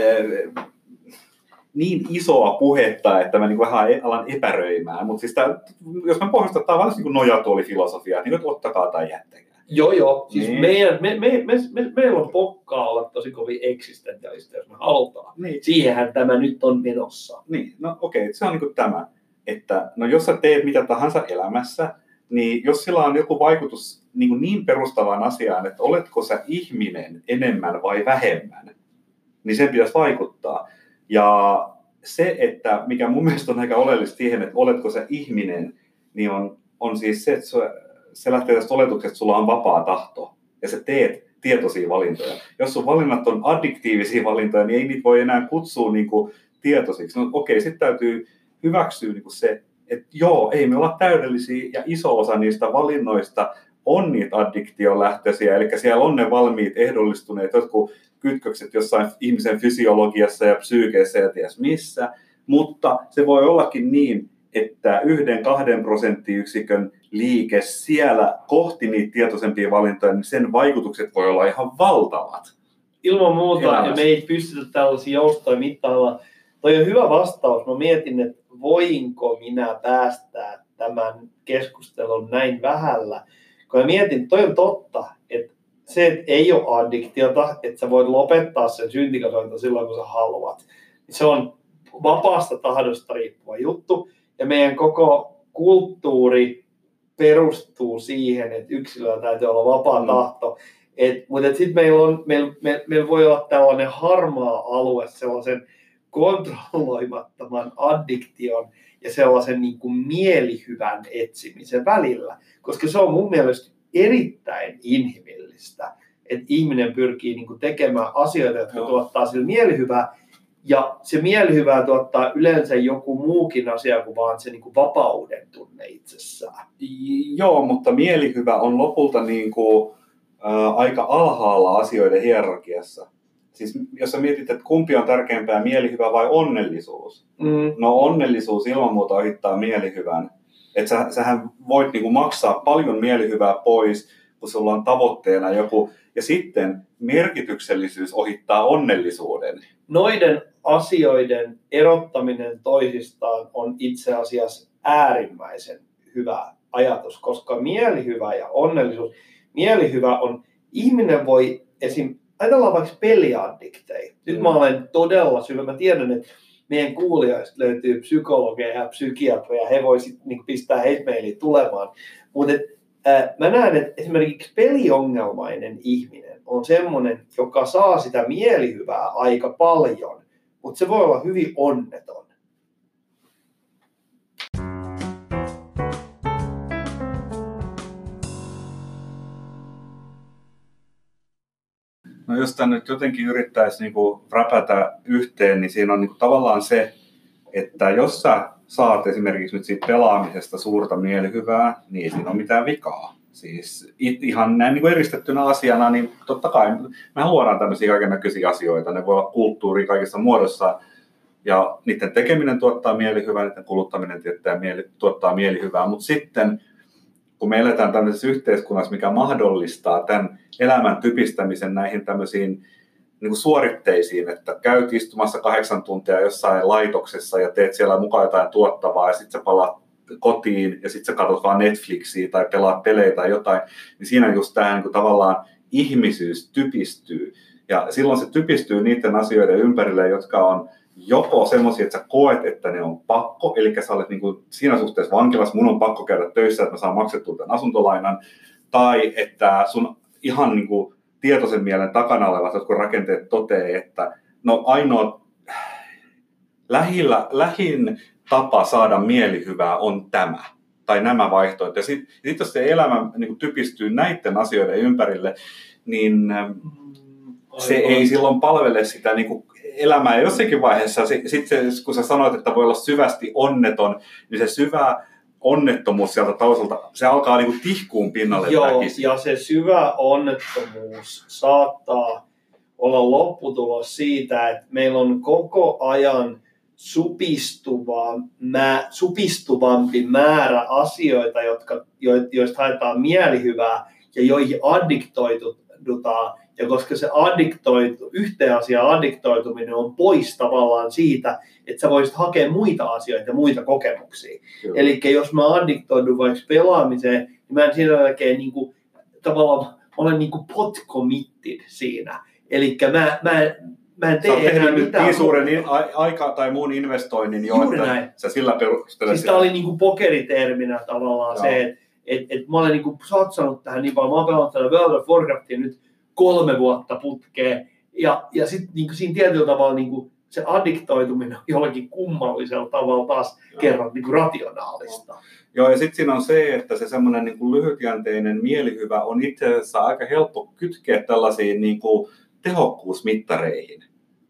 niin isoa puhetta, että mä niinku vähän alan epäröimään. Mutta siis jos mä pohjastan, tämä on vaan niin nojatuolifilosofiaa, niin ottakaa tai jättäkää. Joo. Siis niin. Meillä on pokkaa olla tosi kovin eksistentiaalista, jos me halutaan. Niin. Siihenhän tämä nyt on menossa. Niin, no okei, se on niin kuin tämä, että no jos sä teet mitä tahansa elämässä, niin jos sillä on joku vaikutus niin perustavaan asiaan, että oletko sä ihminen enemmän vai vähemmän, niin sen pitäisi vaikuttaa. Ja se, että mikä mun mielestä on aika oleellista siihen, että oletko sä ihminen, niin on siis se, että se lähtee tästä oletuksesta, että sulla on vapaa tahto ja sä teet tietoisia valintoja. Jos sun valinnat on addiktiivisia valintoja, niin ei niitä voi enää kutsua niin kuin tietoisiksi. No okei, sitten täytyy hyväksyä niin kuin se, että joo, ei me olla täydellisiä ja iso osa niistä valinnoista on niitä addiktion lähtöisiä, eli siellä on ne valmiit ehdollistuneet jotkut kytkökset jossain ihmisen fysiologiassa ja psyykeessä ja ties missä, mutta se voi ollakin niin, että 1-2% liike siellä kohti niitä tietoisempia valintoja, niin sen vaikutukset voi olla ihan valtavat. Ilman muuta, ja me ei pystytä tällaisia joustoja mittailla. Toi on hyvä vastaus. Mä mietin, että voinko minä päästää tämän keskustelun näin vähällä. Kun mä mietin, toi on totta, että se, että ei ole addiktiota, että sä voit lopettaa sen syntikasointa silloin, kun sä haluat. Se on vapaasta tahdosta riippuva juttu. Ja meidän koko kulttuuri perustuu siihen, että yksilöllä täytyy olla vapaa tahto. Mutta sitten meillä voi olla tällainen harmaa alue sellaisen kontrolloimattoman addiktion ja sellaisen niin kuin mielihyvän etsimisen välillä. Koska se on mun mielestä erittäin inhimillistä, että ihminen pyrkii niin kuin tekemään asioita, jotka tuottaa sille mielihyvää. Ja se mielihyvää tuottaa yleensä joku muukin asia kuin vaan se niin kuin vapauden tunne itsessään. Joo, mutta mielihyvä on lopulta niin kuin, aika alhaalla asioiden hierarkiassa. Siis jos sä mietit, että kumpi on tärkeämpää, mielihyvä vai onnellisuus? No onnellisuus ilman muuta ohittaa mielihyvän. Että sähän voit niin kuin maksaa paljon mielihyvää pois, kun sulla on tavoitteena joku, ja sitten merkityksellisyys ohittaa onnellisuuden. Noiden asioiden erottaminen toisistaan on itse asiassa äärimmäisen hyvä ajatus, koska mielihyvä ja onnellisuus, mielihyvä on, ihminen voi ajatellaan vaikka peliaddikteja. Nyt mä olen todella syvä, mä tiedän, että meidän kuulijoista löytyy psykologeja ja psykiatreja, he voisivat niin pistää hate-mailia tulemaan. Mutta mä näen, että esimerkiksi peliongelmainen ihminen on semmoinen, joka saa sitä mielihyvää aika paljon, mutta se voi olla hyvin onneton. No jos tämä nyt jotenkin yrittäisi niinku räpätä yhteen, niin siinä on niinku tavallaan se, että jos sä saat esimerkiksi nyt siitä pelaamisesta suurta mielihyvää, niin ei siinä ole mitään vikaa. Siis ihan näin niin kuin eristettynä asiana, niin totta kai mehän luodaan tämmöisiä kaikennäköisiä asioita. Ne voi olla kulttuuria kaikissa muodossa ja niiden tekeminen tuottaa mielihyvää, niiden kuluttaminen tuottaa mielihyvää, mutta sitten kun me eletään tämmöisessä yhteiskunnassa, mikä mahdollistaa tämän elämän typistämisen näihin tämmöisiin niin kuin suoritteisiin, että käyt istumassa 8 tuntia jossain laitoksessa ja teet siellä mukaan jotain tuottavaa ja sitten sä palaat kotiin ja sitten sä katsot vaan Netflixiä tai pelaat pelejä tai jotain, niin siinä just tämä niin kuin tavallaan ihmisyys typistyy. Ja silloin se typistyy niiden asioiden ympärille, jotka on joko semmoisia, että sä koet, että ne on pakko, eli sä olet niin kuin siinä suhteessa vankilassa, mun on pakko käydä töissä, että mä saan maksettua tämän asuntolainan, tai että sun ihan niin kuin tietoisen mielen takana olevat jotkut rakenteet toteaa, että no ainoa lähin tapa saada mielihyvää on tämä, tai nämä vaihtoehdot. Ja sitten jos se elämä niin kuin typistyy näiden asioiden ympärille, niin se ei silloin palvele sitä niin kuin elämää. Ja jossakin vaiheessa, sitten kun sä sanoit, että voi olla syvästi onneton, niin se syvä onnettomuus sieltä taustalta, se alkaa niin kuin tihkuun pinnalle. Joo, ja se syvä onnettomuus saattaa olla lopputulos siitä, että meillä on koko ajan supistuvampi määrä asioita, joista haetaan mielihyvää ja joihin addiktoitutaan. Ja koska se yhteen asiaan addiktoituminen on pois tavallaan siitä, että sä voisit hakea muita asioita ja muita kokemuksia. Eli jos mä addiktoidun vaikka pelaamiseen, niin mä en siinä jälkeen niinku, tavallaan olen niinku pot committed siinä. Eli mä en tee enää mitään. Niin suuren aika tai muun investoinnin jo, juuri että näin. sä sillä perusteella. Siis tää oli niinku pokeriterminä tavallaan se, että mä olen niinku satsannut tähän niin paljon. Mä oon pelannut tällä World of Warcraftia nyt 3 vuotta putkeen. Ja sitten niinku siinä tietyllä tavalla niinku se addiktoituminen on jollakin kummallisella tavalla taas kerran niinku rationaalista. Joo, ja sitten siinä on se, että se semmoinen niinku lyhytjänteinen mielihyvä on itse asiassa aika helppo kytkeä tällaisiin niinku tehokkuusmittareihin.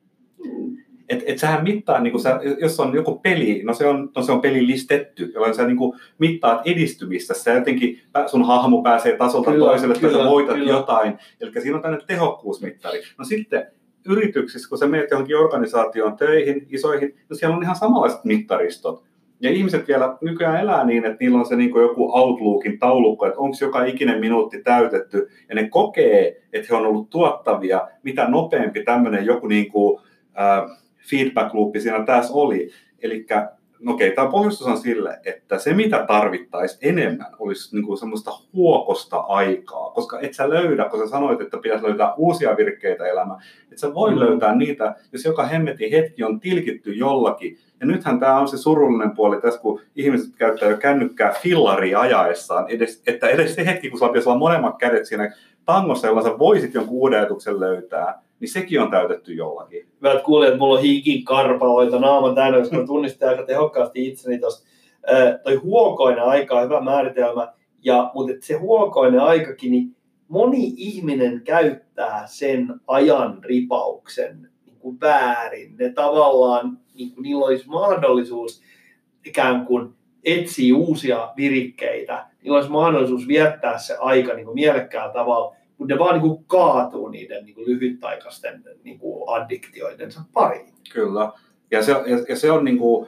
Et sähän mittaa, niin jos on joku peli, se on pelilistetty, jolloin sä niin mittaat edistymistä. Sä jotenkin sun hahmo pääsee tasolta toiselle, tai sä voitat jotain. Eli siinä on tämmöinen tehokkuusmittari. No sitten yrityksissä, kun sä menet johonkin organisaatioon töihin, isoihin, no siellä on ihan samanlaiset mittaristot. Ja ihmiset vielä nykyään elää niin, että niillä on se niin kuin joku Outlookin taulukko, että onko joka ikinen minuutti täytetty. Ja ne kokee, että he on ollut tuottavia, mitä nopeampi tämmöinen joku niin kuin, feedback-loopi siinä tässä oli. Eli tämä pohjustus on sille, että se mitä tarvittaisiin enemmän olisi niin kuin semmoista huokosta aikaa, koska et sä löydä, kun sä sanoit, että pitäisi löytää uusia virkkeitä elämään, et sä voi löytää niitä, jos joka hemmetin hetki on tilkitty jollakin. Ja nythän tämä on se surullinen puoli tässä, kun ihmiset käyttää jo kännykkää fillaria ajaessaan, että edes se hetki, kun sulla pitäisi olla molemmat kädet siinä tangossa, jolla sä voisit jonkun uuden ajatuksen löytää, niin sekin on täytetty jollakin. Hyvät kuulijat, mulla on hikikarpaloita naama täynnä, koska mä tunnistin aika tehokkaasti itseni tuosta. Toi huokoinen aika on hyvä määritelmä, mutta se huokoinen aikakin, niin moni ihminen käyttää sen ajan ripauksen niin kuin väärin. Ne tavallaan, niin kuin niillä olisi mahdollisuus ikään kuin etsiä uusia virikkeitä. Niillä olisi mahdollisuus viettää se aika niin kuin mielekkäällä tavalla, mutta ne vaan niin kuin kaatuu niiden niin kuin lyhytaikaisten niin kuin addiktioidensa pariin. Kyllä. Ja se on niin kuin,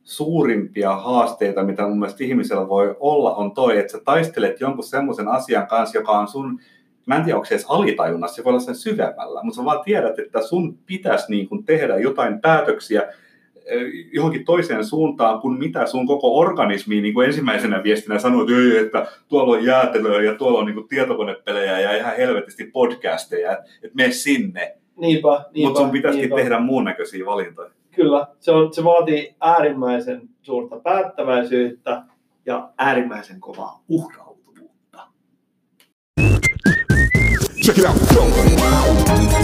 suurimpia haasteita, mitä mun mielestä ihmisellä voi olla, on toi, että sä taistelet jonkun semmoisen asian kanssa, joka on sun, mä en tiedä, onko se edes alitajunnassa, se voi olla sen syvemmällä, mutta sä vaan tiedät, että sun pitäisi niin kuin tehdä jotain päätöksiä johonkin toiseen suuntaan, kuin mitä sun koko organismi niin kuin ensimmäisenä viestinä sanoo, että tuolla on jäätelöä ja tuolla on niin kuin tietokonepelejä ja ihan helvetisti podcasteja, että mene sinne. Niinpä. Mutta sun pitäisikin tehdä muun näköisiä valintoja. Kyllä, se vaatii äärimmäisen suurta päättäväisyyttä ja äärimmäisen kovaa uhrautuvuutta. Check it out. Go.